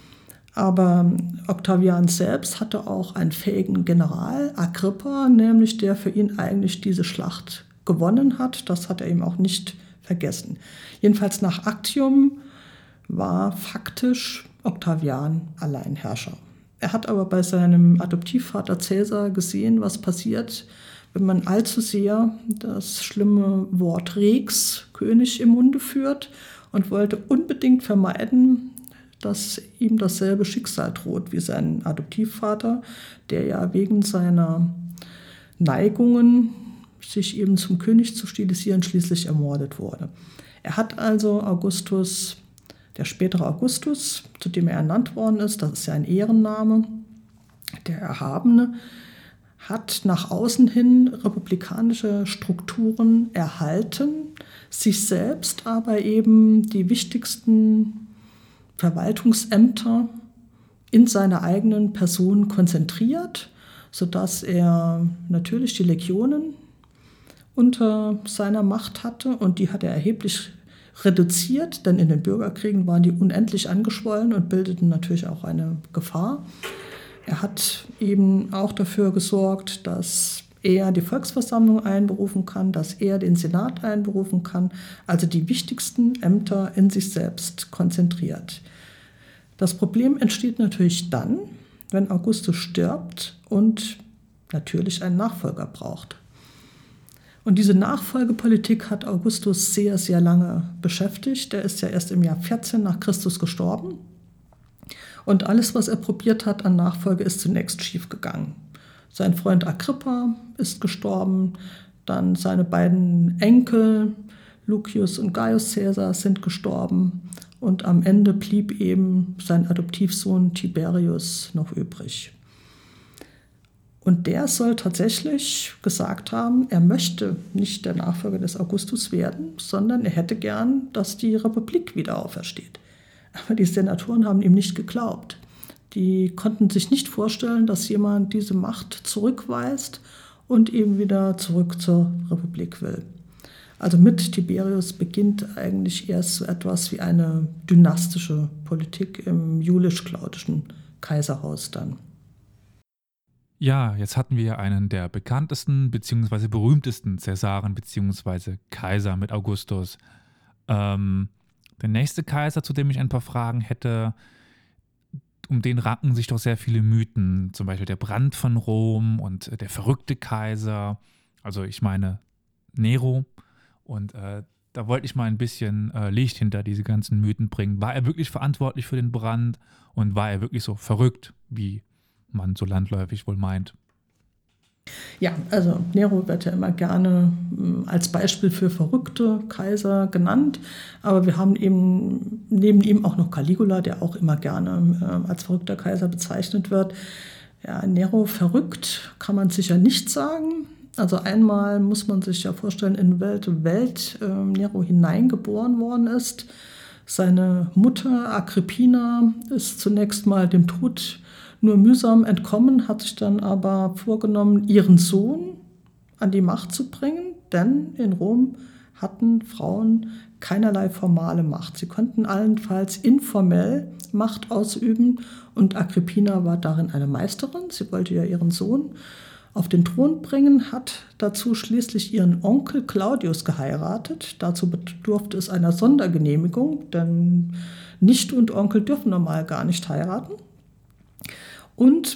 [SPEAKER 2] Aber Octavian selbst hatte auch einen fähigen General, Agrippa, nämlich der für ihn eigentlich diese Schlacht gewonnen hat. Das hat er ihm auch nicht vergessen. Jedenfalls nach Actium war faktisch Octavian Alleinherrscher. Er hat aber bei seinem Adoptivvater Caesar gesehen, was passiert, wenn man allzu sehr das schlimme Wort Rex, König, im Munde führt, und wollte unbedingt vermeiden, dass ihm dasselbe Schicksal droht wie sein Adoptivvater, der ja wegen seiner Neigungen, sich eben zum König zu stilisieren, schließlich ermordet wurde. Er hat also Augustus, der spätere Augustus, zu dem er ernannt worden ist, das ist ja ein Ehrenname, der Erhabene, hat nach außen hin republikanische Strukturen erhalten, sich selbst aber eben die wichtigsten Verwaltungsämter in seiner eigenen Person konzentriert, sodass er natürlich die Legionen unter seiner Macht hatte, und die hat er erheblich reduziert, denn in den Bürgerkriegen waren die unendlich angeschwollen und bildeten natürlich auch eine Gefahr. Er hat eben auch dafür gesorgt, dass er die Volksversammlung einberufen kann, dass er den Senat einberufen kann, also die wichtigsten Ämter in sich selbst konzentriert. Das Problem entsteht natürlich dann, wenn Augustus stirbt und natürlich einen Nachfolger braucht. Und diese Nachfolgepolitik hat Augustus sehr, sehr lange beschäftigt. Er ist ja erst im Jahr vierzehn nach Christus gestorben. Und alles, was er probiert hat an Nachfolge, ist zunächst schiefgegangen. Sein Freund Agrippa ist gestorben, dann seine beiden Enkel, Lucius und Gaius Caesar, sind gestorben. Und am Ende blieb eben sein Adoptivsohn Tiberius noch übrig. Und der soll tatsächlich gesagt haben, er möchte nicht der Nachfolger des Augustus werden, sondern er hätte gern, dass die Republik wieder aufersteht. Aber die Senatoren haben ihm nicht geglaubt. Die konnten sich nicht vorstellen, dass jemand diese Macht zurückweist und eben wieder zurück zur Republik will. Also mit Tiberius beginnt eigentlich erst so etwas wie eine dynastische Politik im julisch-claudischen Kaiserhaus dann.
[SPEAKER 1] Ja, jetzt hatten wir einen der bekanntesten bzw. berühmtesten Cäsaren bzw. Kaiser mit Augustus. Ähm, der nächste Kaiser, zu dem ich ein paar Fragen hätte, um den ranken sich doch sehr viele Mythen. Zum Beispiel der Brand von Rom und der verrückte Kaiser. Also ich meine Nero. Und äh, da wollte ich mal ein bisschen äh, Licht hinter diese ganzen Mythen bringen. War er wirklich verantwortlich für den Brand und war er wirklich so verrückt, wie man so landläufig wohl meint?
[SPEAKER 2] Ja, also Nero wird ja immer gerne als Beispiel für verrückte Kaiser genannt, aber wir haben eben neben ihm auch noch Caligula, der auch immer gerne äh, als verrückter Kaiser bezeichnet wird. Ja, Nero verrückt kann man sicher nicht sagen. Also einmal muss man sich ja vorstellen, in welche Welt äh, Nero hineingeboren worden ist. Seine Mutter Agrippina ist zunächst mal dem Tod nur mühsam entkommen, hat sich dann aber vorgenommen, ihren Sohn an die Macht zu bringen, denn in Rom hatten Frauen keinerlei formale Macht. Sie konnten allenfalls informell Macht ausüben und Agrippina war darin eine Meisterin. Sie wollte ja ihren Sohn auf den Thron bringen, hat dazu schließlich ihren Onkel Claudius geheiratet. Dazu bedurfte es einer Sondergenehmigung, denn Nichte und Onkel dürfen normal gar nicht heiraten. Und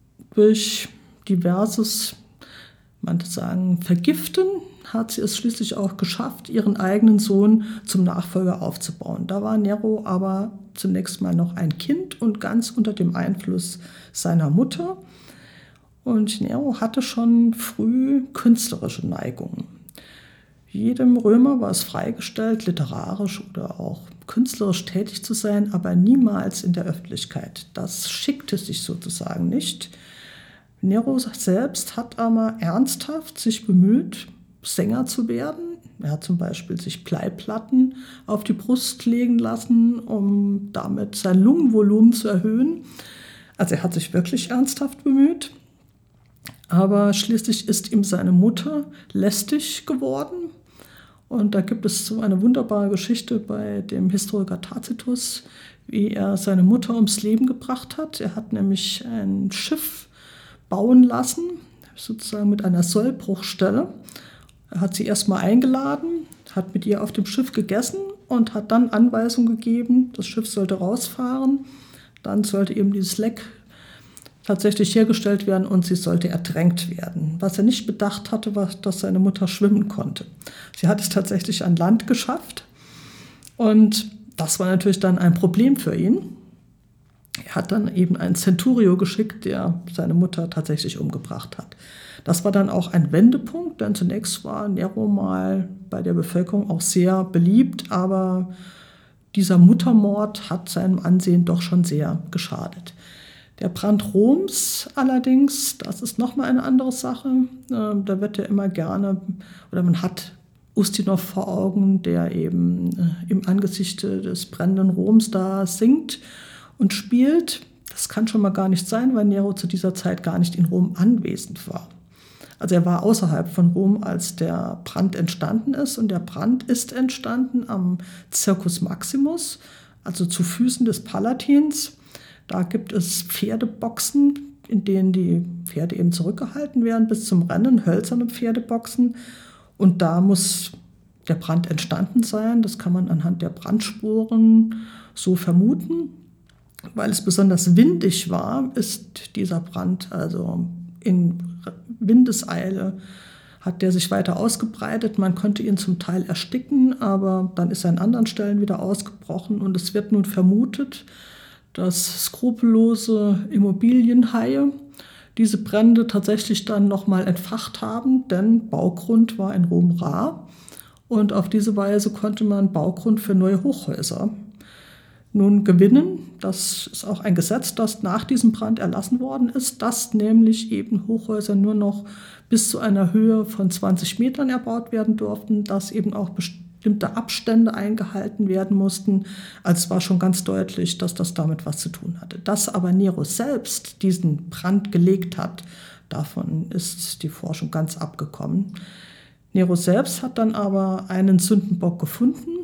[SPEAKER 2] durch diverses, man kann sagen, Vergiften hat sie es schließlich auch geschafft, ihren eigenen Sohn zum Nachfolger aufzubauen. Da war Nero aber zunächst mal noch ein Kind und ganz unter dem Einfluss seiner Mutter. Und Nero hatte schon früh künstlerische Neigungen. Jedem Römer war es freigestellt, literarisch oder auch künstlerisch tätig zu sein, aber niemals in der Öffentlichkeit. Das schickte sich sozusagen nicht. Nero selbst hat aber ernsthaft sich bemüht, Sänger zu werden. Er hat zum Beispiel sich Bleiplatten auf die Brust legen lassen, um damit sein Lungenvolumen zu erhöhen. Also er hat sich wirklich ernsthaft bemüht. Aber schließlich ist ihm seine Mutter lästig geworden. Und da gibt es so eine wunderbare Geschichte bei dem Historiker Tacitus, wie er seine Mutter ums Leben gebracht hat. Er hat nämlich ein Schiff bauen lassen, sozusagen mit einer Sollbruchstelle. Er hat sie erstmal eingeladen, hat mit ihr auf dem Schiff gegessen und hat dann Anweisung gegeben, das Schiff sollte rausfahren. Dann sollte eben dieses Leck tatsächlich hergestellt werden und sie sollte ertränkt werden. Was er nicht bedacht hatte, war, dass seine Mutter schwimmen konnte. Sie hat es tatsächlich an Land geschafft und das war natürlich dann ein Problem für ihn. Er hat dann eben einen Centurio geschickt, der seine Mutter tatsächlich umgebracht hat. Das war dann auch ein Wendepunkt, denn zunächst war Nero mal bei der Bevölkerung auch sehr beliebt, aber dieser Muttermord hat seinem Ansehen doch schon sehr geschadet. Der Brand Roms allerdings, das ist nochmal eine andere Sache. Da wird ja immer gerne, oder man hat Ustinov vor Augen, der eben im Angesicht des brennenden Roms da singt und spielt. Das kann schon mal gar nicht sein, weil Nero zu dieser Zeit gar nicht in Rom anwesend war. Also er war außerhalb von Rom, als der Brand entstanden ist. Und der Brand ist entstanden am Circus Maximus, also zu Füßen des Palatins. Da gibt es Pferdeboxen, in denen die Pferde eben zurückgehalten werden bis zum Rennen, hölzerne Pferdeboxen. Und da muss der Brand entstanden sein. Das kann man anhand der Brandspuren so vermuten. Weil es besonders windig war, ist dieser Brand also in Windeseile hat der sich weiter ausgebreitet. Man konnte ihn zum Teil ersticken, aber dann ist er an anderen Stellen wieder ausgebrochen. Und es wird nun vermutet, dass skrupellose Immobilienhaie diese Brände tatsächlich dann nochmal entfacht haben, denn Baugrund war in Rom rar. Und auf diese Weise konnte man Baugrund für neue Hochhäuser nun gewinnen. Das ist auch ein Gesetz, das nach diesem Brand erlassen worden ist, dass nämlich eben Hochhäuser nur noch bis zu einer Höhe von zwanzig Metern erbaut werden durften, dass eben auch bestimmte Abstände eingehalten werden mussten. Also es war schon ganz deutlich, dass das damit was zu tun hatte. Dass aber Nero selbst diesen Brand gelegt hat, davon ist die Forschung ganz abgekommen. Nero selbst hat dann aber einen Sündenbock gefunden,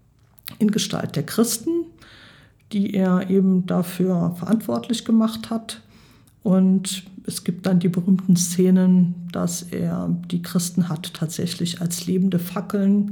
[SPEAKER 2] in Gestalt der Christen, die er eben dafür verantwortlich gemacht hat. Und es gibt dann die berühmten Szenen, dass er die Christen hat tatsächlich als lebende Fackeln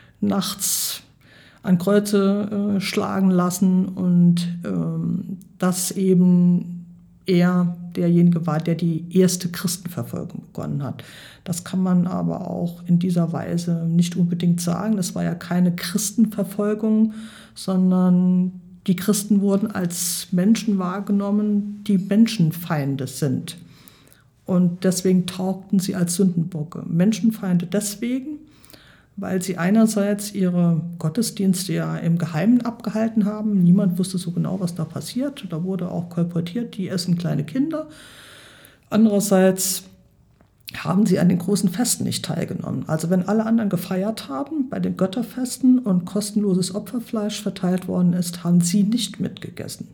[SPEAKER 2] nachts an Kreuze äh, schlagen lassen und ähm, dass eben er derjenige war, der die erste Christenverfolgung begonnen hat. Das kann man aber auch in dieser Weise nicht unbedingt sagen. Es war ja keine Christenverfolgung, sondern die Christen wurden als Menschen wahrgenommen, die Menschenfeinde sind. Und deswegen taugten sie als Sündenbocke. Menschenfeinde deswegen, weil sie einerseits ihre Gottesdienste ja im Geheimen abgehalten haben. Niemand wusste so genau, was da passiert. Da wurde auch kolportiert, die essen kleine Kinder. Andererseits haben sie an den großen Festen nicht teilgenommen. Also wenn alle anderen gefeiert haben bei den Götterfesten und kostenloses Opferfleisch verteilt worden ist, haben sie nicht mitgegessen.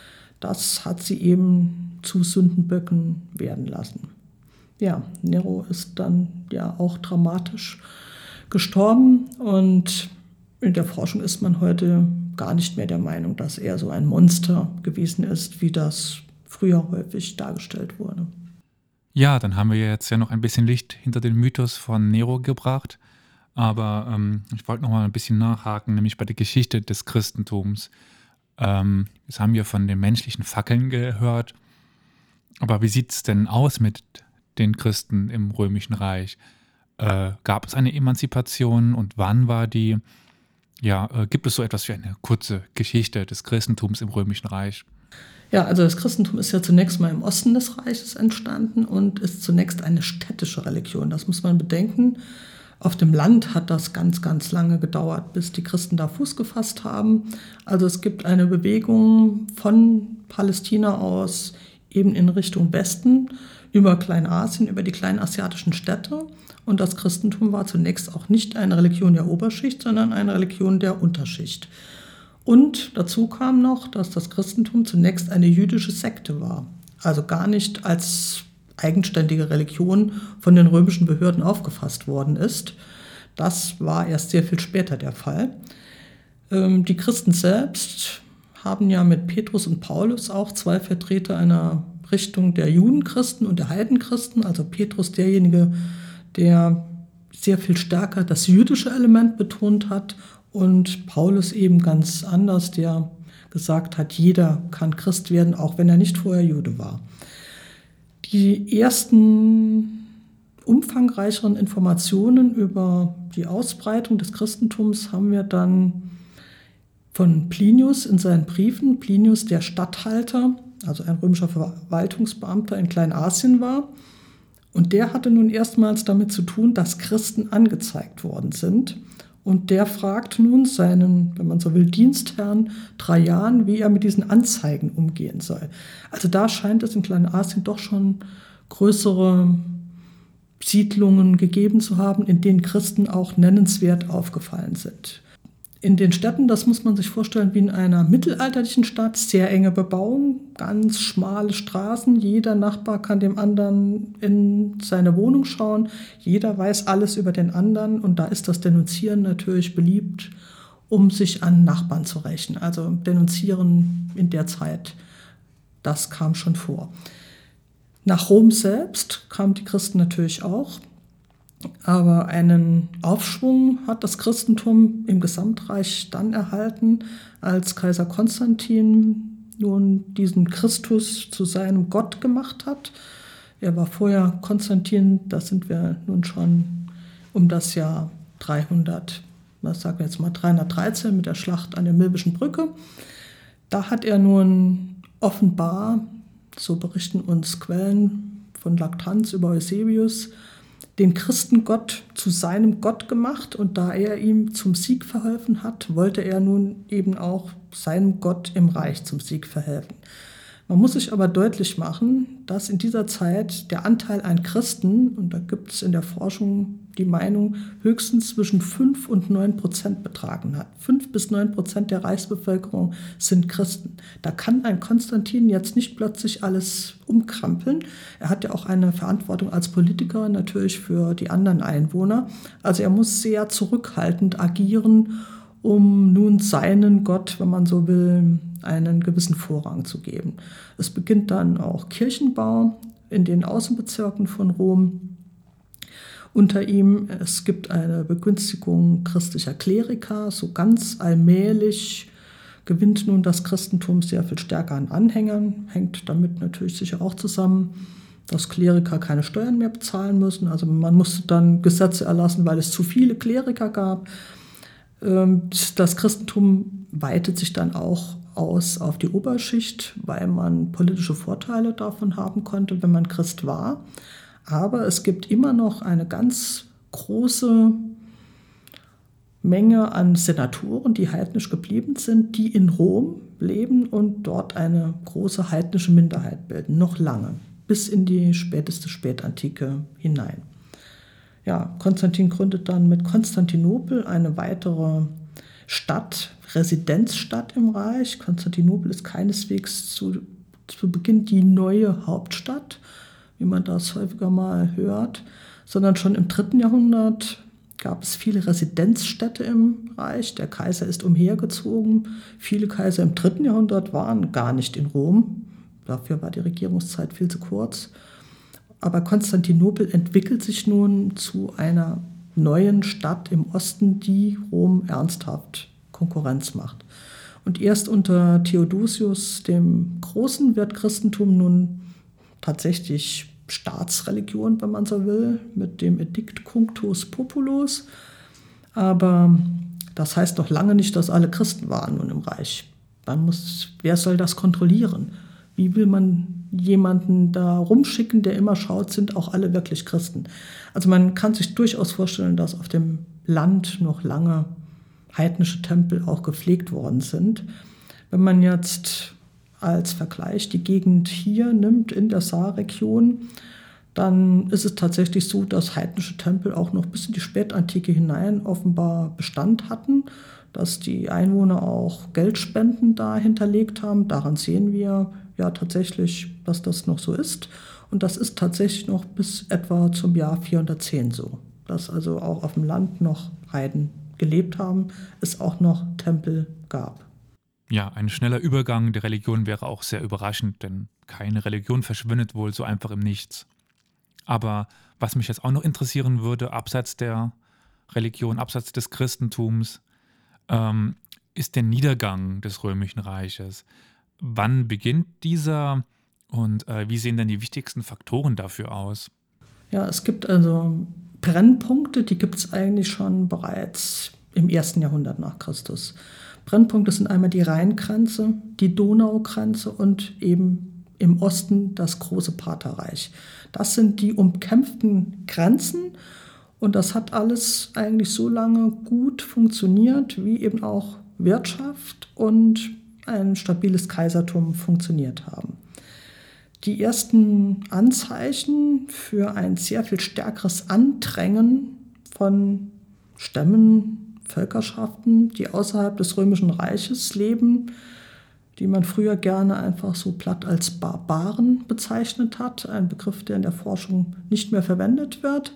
[SPEAKER 2] Das hat sie eben zu Sündenböcken werden lassen. Ja, Nero ist dann ja auch dramatisch gestorben und in der Forschung ist man heute gar nicht mehr der Meinung, dass er so ein Monster gewesen ist, wie das früher häufig dargestellt wurde.
[SPEAKER 1] Ja, dann haben wir jetzt ja noch ein bisschen Licht hinter den Mythos von Nero gebracht, aber ähm, ich wollte noch mal ein bisschen nachhaken, nämlich bei der Geschichte des Christentums. Ähm, jetzt haben wir von den menschlichen Fackeln gehört, aber wie sieht es denn aus mit den Christen im Römischen Reich? Äh, gab es eine Emanzipation und wann war die? Ja, äh, gibt es so etwas wie eine kurze Geschichte des Christentums im Römischen Reich?
[SPEAKER 2] Ja, also das Christentum ist ja zunächst mal im Osten des Reiches entstanden und ist zunächst eine städtische Religion. Das muss man bedenken. Auf dem Land hat das ganz, ganz lange gedauert, bis die Christen da Fuß gefasst haben. Also es gibt eine Bewegung von Palästina aus eben in Richtung Westen, über Kleinasien, über die kleinasiatischen Städte. Und das Christentum war zunächst auch nicht eine Religion der Oberschicht, sondern eine Religion der Unterschicht. Und dazu kam noch, dass das Christentum zunächst eine jüdische Sekte war, also gar nicht als eigenständige Religion von den römischen Behörden aufgefasst worden ist. Das war erst sehr viel später der Fall. Ähm, die Christen selbst haben ja mit Petrus und Paulus auch zwei Vertreter einer Richtung der Judenchristen und der Heidenchristen, also Petrus derjenige, der sehr viel stärker das jüdische Element betont hat, und Paulus eben ganz anders, der gesagt hat, jeder kann Christ werden, auch wenn er nicht vorher Jude war. Die ersten umfangreicheren Informationen über die Ausbreitung des Christentums haben wir dann von Plinius in seinen Briefen. Plinius, der Statthalter, also ein römischer Verwaltungsbeamter in Kleinasien war. Und der hatte nun erstmals damit zu tun, dass Christen angezeigt worden sind. Und der fragt nun seinen, wenn man so will, Dienstherrn Trajan, wie er mit diesen Anzeigen umgehen soll. Also da scheint es in Kleinasien doch schon größere Siedlungen gegeben zu haben, in denen Christen auch nennenswert aufgefallen sind. In den Städten, das muss man sich vorstellen, wie in einer mittelalterlichen Stadt, sehr enge Bebauung, ganz schmale Straßen, jeder Nachbar kann dem anderen in seine Wohnung schauen, jeder weiß alles über den anderen und da ist das Denunzieren natürlich beliebt, um sich an Nachbarn zu rächen. Also Denunzieren in der Zeit, das kam schon vor. Nach Rom selbst kamen die Christen natürlich auch. Aber einen Aufschwung hat das Christentum im Gesamtreich dann erhalten, als Kaiser Konstantin nun diesen Christus zu seinem Gott gemacht hat. Er war vorher Konstantin, da sind wir nun schon um das Jahr dreihundert, was sagen wir jetzt mal dreihundertdreizehn mit der Schlacht an der Milbischen Brücke. Da hat er nun offenbar, so berichten uns Quellen von Lactanz über Eusebius, den Christengott zu seinem Gott gemacht, und da er ihm zum Sieg verholfen hat, wollte er nun eben auch seinem Gott im Reich zum Sieg verhelfen. Man muss sich aber deutlich machen, dass in dieser Zeit der Anteil an Christen, und da gibt es in der Forschung die Meinung, höchstens zwischen fünf und neun Prozent betragen hat. fünf bis neun Prozent der Reichsbevölkerung sind Christen. Da kann ein Konstantin jetzt nicht plötzlich alles umkrempeln. Er hat ja auch eine Verantwortung als Politiker natürlich für die anderen Einwohner. Also er muss sehr zurückhaltend agieren, um nun seinen Gott, wenn man so will, einen gewissen Vorrang zu geben. Es beginnt dann auch Kirchenbau in den Außenbezirken von Rom. Unter ihm, es gibt eine Begünstigung christlicher Kleriker. So ganz allmählich gewinnt nun das Christentum sehr viel stärker an Anhängern. Hängt damit natürlich sicher auch zusammen, dass Kleriker keine Steuern mehr bezahlen müssen. Also man musste dann Gesetze erlassen, weil es zu viele Kleriker gab. Das Christentum weitet sich dann auch aus auf die Oberschicht, weil man politische Vorteile davon haben konnte, wenn man Christ war. Aber es gibt immer noch eine ganz große Menge an Senatoren, die heidnisch geblieben sind, die in Rom leben und dort eine große heidnische Minderheit bilden, noch lange, bis in die späteste Spätantike hinein. Ja, Konstantin gründet dann mit Konstantinopel eine weitere Stadt, Residenzstadt im Reich. Konstantinopel ist keineswegs zu, zu Beginn die neue Hauptstadt, wie man das häufiger mal hört, sondern schon im dritten Jahrhundert gab es viele Residenzstädte im Reich. Der Kaiser ist umhergezogen. Viele Kaiser im dritten Jahrhundert waren gar nicht in Rom. Dafür war die Regierungszeit viel zu kurz. Aber Konstantinopel entwickelt sich nun zu einer neuen Stadt im Osten, die Rom ernsthaft Konkurrenz macht. Und erst unter Theodosius dem Großen wird Christentum nun tatsächlich Staatsreligion, wenn man so will, mit dem Edikt Cunctus Populus. Aber das heißt noch lange nicht, dass alle Christen waren nun im Reich. Man muss, wer soll das kontrollieren? Wie will man jemanden da rumschicken, der immer schaut, sind auch alle wirklich Christen? Also man kann sich durchaus vorstellen, dass auf dem Land noch lange heidnische Tempel auch gepflegt worden sind. Wenn man jetzt als Vergleich die Gegend hier nimmt, in der Saarregion, dann ist es tatsächlich so, dass heidnische Tempel auch noch bis in die Spätantike hinein offenbar Bestand hatten, dass die Einwohner auch Geldspenden da hinterlegt haben. Daran sehen wir ja tatsächlich, dass das noch so ist. Und das ist tatsächlich noch bis etwa zum Jahr vierhundertzehn so, dass also auch auf dem Land noch Heiden gelebt haben, es auch noch Tempel gab.
[SPEAKER 1] Ja, ein schneller Übergang der Religion wäre auch sehr überraschend, denn keine Religion verschwindet wohl so einfach im Nichts. Aber was mich jetzt auch noch interessieren würde, abseits der Religion, abseits des Christentums, ähm, ist der Niedergang des Römischen Reiches. Wann beginnt dieser und äh, wie sehen denn die wichtigsten Faktoren dafür aus?
[SPEAKER 2] Ja, es gibt also Brennpunkte, die gibt es eigentlich schon bereits im ersten Jahrhundert nach Christus. Brennpunkte sind einmal die Rheingrenze, die Donaugrenze und eben im Osten das große Partherreich. Das sind die umkämpften Grenzen und das hat alles eigentlich so lange gut funktioniert, wie eben auch Wirtschaft und ein stabiles Kaisertum funktioniert haben. Die ersten Anzeichen für ein sehr viel stärkeres Andrängen von Stämmen, Völkerschaften, die außerhalb des Römischen Reiches leben, die man früher gerne einfach so platt als Barbaren bezeichnet hat, ein Begriff, der in der Forschung nicht mehr verwendet wird,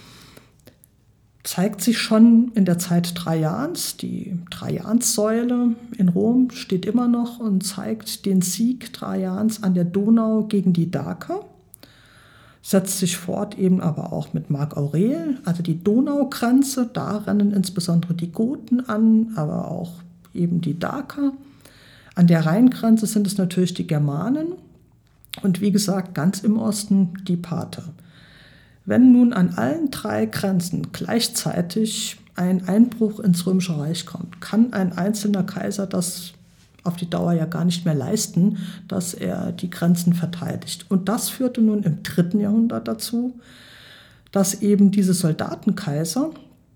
[SPEAKER 2] zeigt sich schon in der Zeit Trajans. Die Trajanssäule in Rom steht immer noch und zeigt den Sieg Trajans an der Donau gegen die Daker. Setzt sich fort eben aber auch mit Mark Aurel, also die Donaugrenze, da rennen insbesondere die Goten an, aber auch eben die Daker. An der Rheingrenze sind es natürlich die Germanen und wie gesagt ganz im Osten die Parther. Wenn nun an allen drei Grenzen gleichzeitig ein Einbruch ins Römische Reich kommt, kann ein einzelner Kaiser das auf die Dauer ja gar nicht mehr leisten, dass er die Grenzen verteidigt. Und das führte nun im dritten Jahrhundert dazu, dass eben diese Soldatenkaiser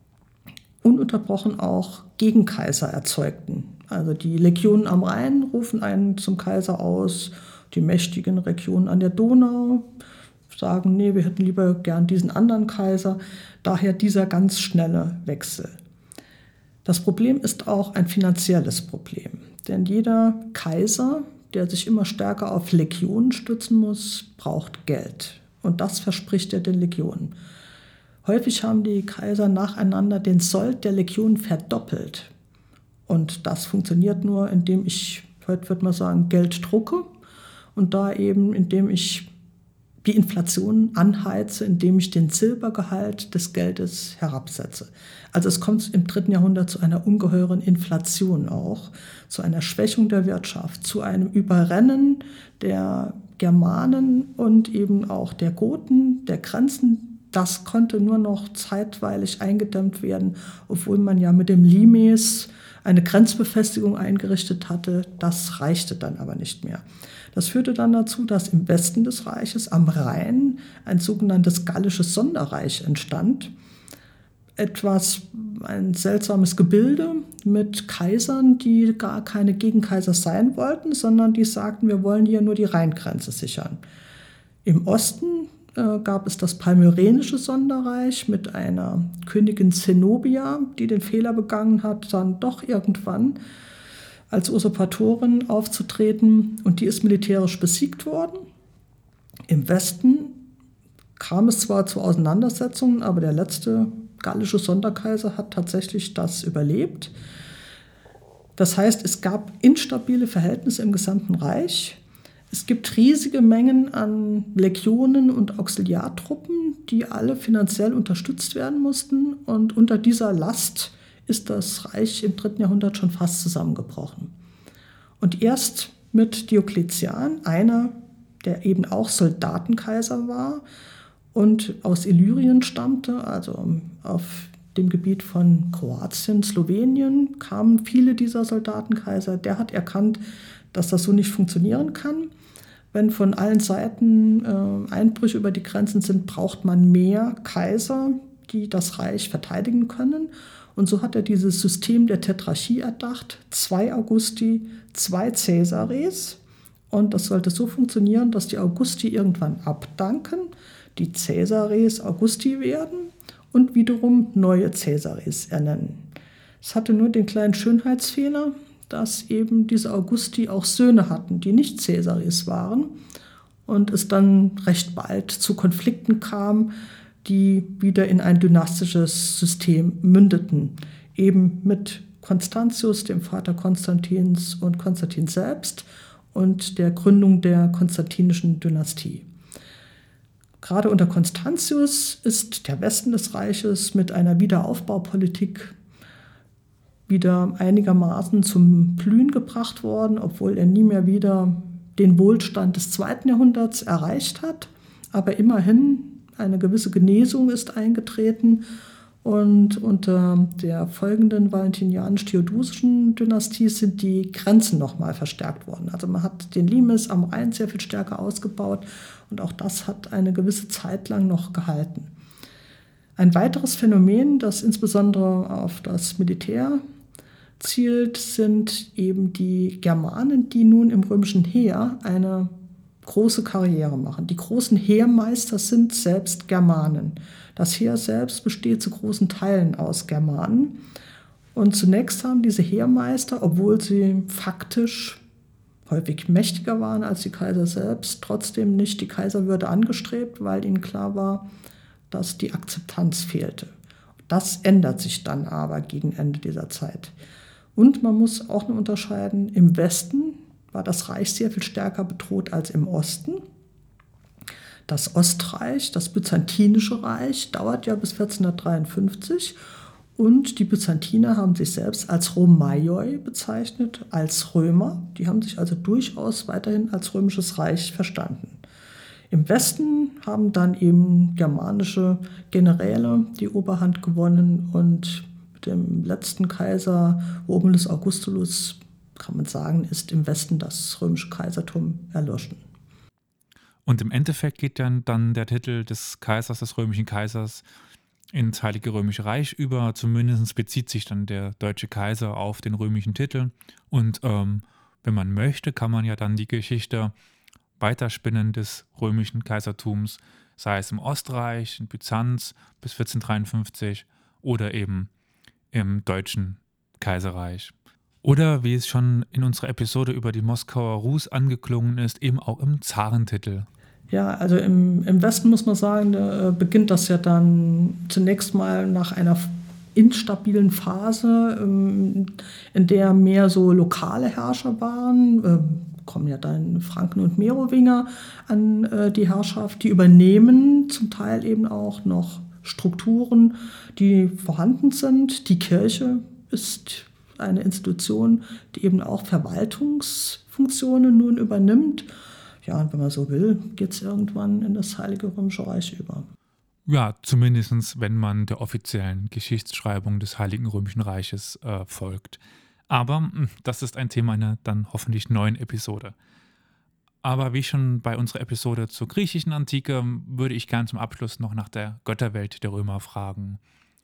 [SPEAKER 2] ununterbrochen auch Gegenkaiser erzeugten. Also die Legionen am Rhein rufen einen zum Kaiser aus, die mächtigen Regionen an der Donau sagen, nee, wir hätten lieber gern diesen anderen Kaiser. Daher dieser ganz schnelle Wechsel. Das Problem ist auch ein finanzielles Problem, denn jeder Kaiser, der sich immer stärker auf Legionen stützen muss, braucht Geld. Und das verspricht er den Legionen. Häufig haben die Kaiser nacheinander den Sold der Legionen verdoppelt. Und das funktioniert nur, indem ich, heute würde man sagen, Geld drucke und da eben, indem ich die Inflation anheize, indem ich den Silbergehalt des Geldes herabsetze. Also es kommt im dritten Jahrhundert zu einer ungeheuren Inflation auch, zu einer Schwächung der Wirtschaft, zu einem Überrennen der Germanen und eben auch der Goten, der Grenzen. Das konnte nur noch zeitweilig eingedämmt werden, obwohl man ja mit dem Limes eine Grenzbefestigung eingerichtet hatte. Das reichte dann aber nicht mehr. Das führte dann dazu, dass im Westen des Reiches am Rhein ein sogenanntes gallisches Sonderreich entstand. Etwas, ein seltsames Gebilde mit Kaisern, die gar keine Gegenkaiser sein wollten, sondern die sagten, wir wollen hier nur die Rheingrenze sichern. Im Osten äh, gab es das palmyrenische Sonderreich mit einer Königin Zenobia, die den Fehler begangen hat, dann doch irgendwann als Usurpatorin aufzutreten, und die ist militärisch besiegt worden. Im Westen kam es zwar zu Auseinandersetzungen, aber der letzte gallische Sonderkaiser hat tatsächlich das überlebt. Das heißt, es gab instabile Verhältnisse im gesamten Reich. Es gibt riesige Mengen an Legionen und Auxiliartruppen, die alle finanziell unterstützt werden mussten, und unter dieser Last ist das Reich im dritten Jahrhundert schon fast zusammengebrochen. Und erst mit Diokletian, einer, der eben auch Soldatenkaiser war und aus Illyrien stammte, also auf dem Gebiet von Kroatien, Slowenien, kamen viele dieser Soldatenkaiser. Der hat erkannt, dass das so nicht funktionieren kann. Wenn von allen Seiten äh, Einbrüche über die Grenzen sind, braucht man mehr Kaiser, die das Reich verteidigen können. Und so hat er dieses System der Tetrarchie erdacht, zwei Augusti, zwei Caesares. Und das sollte so funktionieren, dass die Augusti irgendwann abdanken, die Caesares Augusti werden und wiederum neue Caesares ernennen. Es hatte nur den kleinen Schönheitsfehler, dass eben diese Augusti auch Söhne hatten, die nicht Caesares waren. Und es dann recht bald zu Konflikten kam, die wieder in ein dynastisches System mündeten, eben mit Constantius, dem Vater Konstantins, und Konstantin selbst und der Gründung der konstantinischen Dynastie. Gerade unter Constantius ist der Westen des Reiches mit einer Wiederaufbaupolitik wieder einigermaßen zum Blühen gebracht worden, obwohl er nie mehr wieder den Wohlstand des zweiten Jahrhunderts erreicht hat, aber immerhin eine gewisse Genesung ist eingetreten, und unter der folgenden valentinianisch-theodosischen Dynastie sind die Grenzen nochmal verstärkt worden. Also man hat den Limes am Rhein sehr viel stärker ausgebaut, und auch das hat eine gewisse Zeit lang noch gehalten. Ein weiteres Phänomen, das insbesondere auf das Militär zielt, sind eben die Germanen, die nun im römischen Heer eine große Karriere machen. Die großen Heermeister sind selbst Germanen. Das Heer selbst besteht zu großen Teilen aus Germanen. Und zunächst haben diese Heermeister, obwohl sie faktisch häufig mächtiger waren als die Kaiser selbst, trotzdem nicht die Kaiserwürde angestrebt, weil ihnen klar war, dass die Akzeptanz fehlte. Das ändert sich dann aber gegen Ende dieser Zeit. Und man muss auch noch unterscheiden, im Westen war das Reich sehr viel stärker bedroht als im Osten. Das Ostreich, das Byzantinische Reich, dauert ja bis vierzehnhundertdreiundfünfzig. Und die Byzantiner haben sich selbst als Romaioi bezeichnet, als Römer. Die haben sich also durchaus weiterhin als römisches Reich verstanden. Im Westen haben dann eben germanische Generäle die Oberhand gewonnen und mit dem letzten Kaiser Romulus Augustulus, kann man sagen, ist im Westen das römische Kaisertum erloschen.
[SPEAKER 1] Und im Endeffekt geht dann, dann der Titel des Kaisers, des römischen Kaisers, ins Heilige Römische Reich über. Zumindest bezieht sich dann der deutsche Kaiser auf den römischen Titel. Und ähm, wenn man möchte, kann man ja dann die Geschichte Weiterspinnen des römischen Kaisertums, sei es im Ostreich, in Byzanz bis vierzehnhundertdreiundfünfzig oder eben im Deutschen Kaiserreich. Oder wie es schon in unserer Episode über die Moskauer Rus angeklungen ist, eben auch im Zarentitel.
[SPEAKER 2] Ja, also im, im Westen muss man sagen, äh, beginnt das ja dann zunächst mal nach einer instabilen Phase, ähm, in der mehr so lokale Herrscher waren. Ähm, kommen ja dann Franken und Merowinger an äh, die Herrschaft, die übernehmen zum Teil eben auch noch Strukturen, die vorhanden sind. Die Kirche ist eine Institution, die eben auch Verwaltungsfunktionen nun übernimmt. Ja, und wenn man so will, geht es irgendwann in das Heilige Römische Reich über.
[SPEAKER 1] Ja, zumindest wenn man der offiziellen Geschichtsschreibung des Heiligen Römischen Reiches äh, folgt. Aber das ist ein Thema einer dann hoffentlich neuen Episode. Aber wie schon bei unserer Episode zur griechischen Antike, würde ich gern zum Abschluss noch nach der Götterwelt der Römer fragen.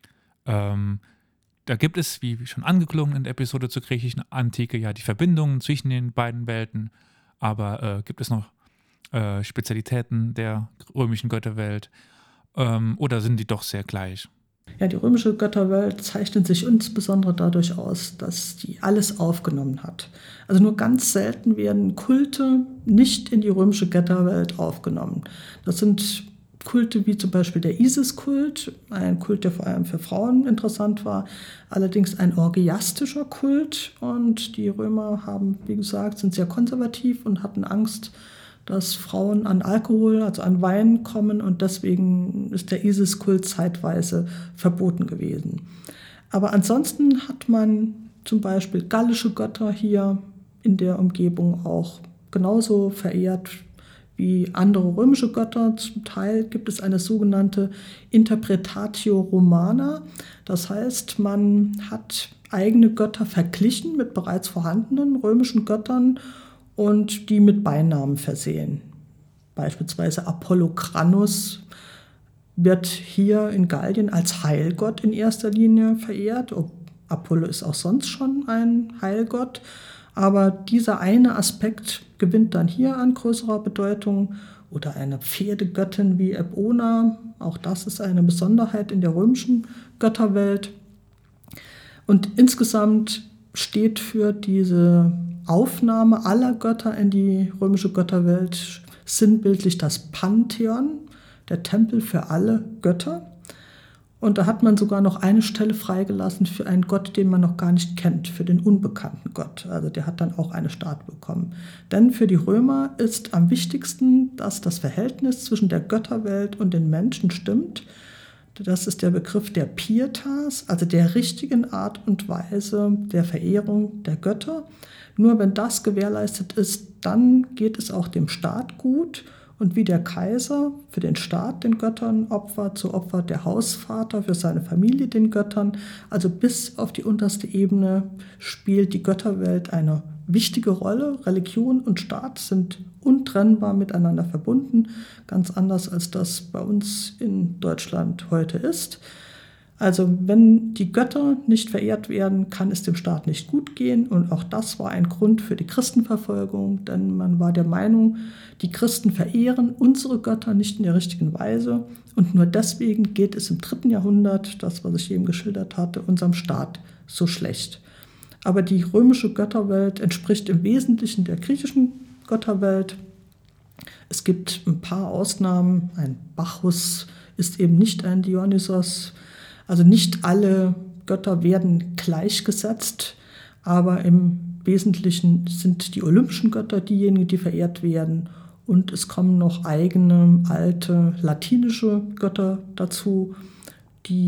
[SPEAKER 1] Ähm, da gibt es, wie schon angeklungen in der Episode zur griechischen Antike, ja die Verbindungen zwischen den beiden Welten. Aber äh, gibt es noch äh, Spezialitäten der römischen Götterwelt ähm, oder sind die doch sehr gleich?
[SPEAKER 2] Ja, die römische Götterwelt zeichnet sich insbesondere dadurch aus, dass die alles aufgenommen hat. Also nur ganz selten werden Kulte nicht in die römische Götterwelt aufgenommen. Das sind Kulte wie zum Beispiel der Isis-Kult, ein Kult, der vor allem für Frauen interessant war, allerdings ein orgiastischer Kult. Und die Römer haben, wie gesagt, sind sehr konservativ und hatten Angst, dass Frauen an Alkohol, also an Wein kommen, und deswegen ist der Isis-Kult zeitweise verboten gewesen. Aber ansonsten hat man zum Beispiel gallische Götter hier in der Umgebung auch genauso verehrt wie andere römische Götter. Zum Teil gibt es eine sogenannte Interpretatio Romana. Das heißt, man hat eigene Götter verglichen mit bereits vorhandenen römischen Göttern und die mit Beinamen versehen. Beispielsweise Apollokranus wird hier in Gallien als Heilgott in erster Linie verehrt. Apollo ist auch sonst schon ein Heilgott, aber dieser eine Aspekt gewinnt dann hier an größerer Bedeutung. Oder eine Pferdegöttin wie Epona, auch das ist eine Besonderheit in der römischen Götterwelt. Und insgesamt steht für diese Aufnahme aller Götter in die römische Götterwelt sinnbildlich das Pantheon, der Tempel für alle Götter. Und da hat man sogar noch eine Stelle freigelassen für einen Gott, den man noch gar nicht kennt, für den unbekannten Gott. Also der hat dann auch eine Statue bekommen. Denn für die Römer ist am wichtigsten, dass das Verhältnis zwischen der Götterwelt und den Menschen stimmt. Das ist der Begriff der Pietas, also der richtigen Art und Weise der Verehrung der Götter. Nur wenn das gewährleistet ist, dann geht es auch dem Staat gut. Und wie der Kaiser für den Staat den Göttern opfert, so opfert der Hausvater für seine Familie den Göttern. Also bis auf die unterste Ebene spielt die Götterwelt eine wichtige Rolle. Religion und Staat sind untrennbar miteinander verbunden, ganz anders als das bei uns in Deutschland heute ist. Also wenn die Götter nicht verehrt werden, kann es dem Staat nicht gut gehen. Und auch das war ein Grund für die Christenverfolgung, denn man war der Meinung, die Christen verehren unsere Götter nicht in der richtigen Weise. Und nur deswegen geht es im dritten Jahrhundert, das, was ich eben geschildert hatte, unserem Staat so schlecht. Aber die römische Götterwelt entspricht im Wesentlichen der griechischen Götterwelt. Es gibt ein paar Ausnahmen. Ein Bacchus ist eben nicht ein Dionysos. Also nicht alle Götter werden gleichgesetzt, aber im Wesentlichen sind die olympischen Götter diejenigen, die verehrt werden. Und es kommen noch eigene, alte, latinische Götter dazu, die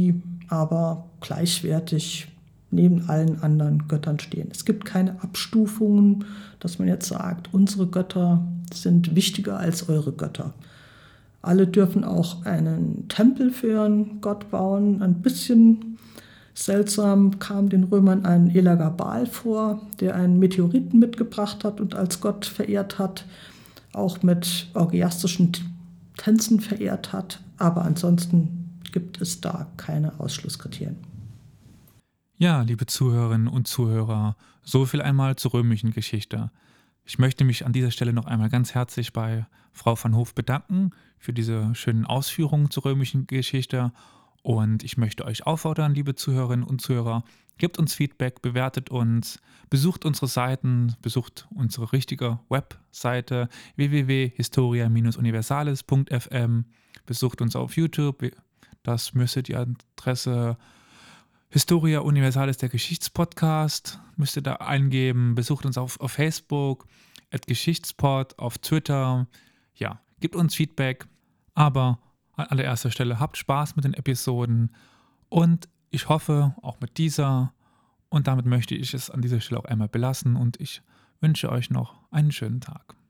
[SPEAKER 2] aber gleichwertig neben allen anderen Göttern stehen. Es gibt keine Abstufungen, dass man jetzt sagt, unsere Götter sind wichtiger als eure Götter. Alle dürfen auch einen Tempel für ihren Gott bauen. Ein bisschen seltsam kam den Römern ein Elagabal vor, der einen Meteoriten mitgebracht hat und als Gott verehrt hat, auch mit orgiastischen Tänzen verehrt hat. Aber ansonsten gibt es da keine Ausschlusskriterien.
[SPEAKER 1] Ja, liebe Zuhörerinnen und Zuhörer, so viel einmal zur römischen Geschichte. Ich möchte mich an dieser Stelle noch einmal ganz herzlich bei Frau van Hoof bedanken für diese schönen Ausführungen zur römischen Geschichte. Und ich möchte euch auffordern, liebe Zuhörerinnen und Zuhörer, gebt uns Feedback, bewertet uns, besucht unsere Seiten, besucht unsere richtige Webseite w w w punkt historia universalis punkt f m, besucht uns auf YouTube, das müsste die Adresse Historia Universalis, der Geschichtspodcast, müsst ihr da eingeben. Besucht uns auf, auf Facebook, at Geschichtspod, auf Twitter. Ja, gebt uns Feedback. Aber an allererster Stelle habt Spaß mit den Episoden. Und ich hoffe, auch mit dieser. Und damit möchte ich es an dieser Stelle auch einmal belassen. Und ich wünsche euch noch einen schönen Tag.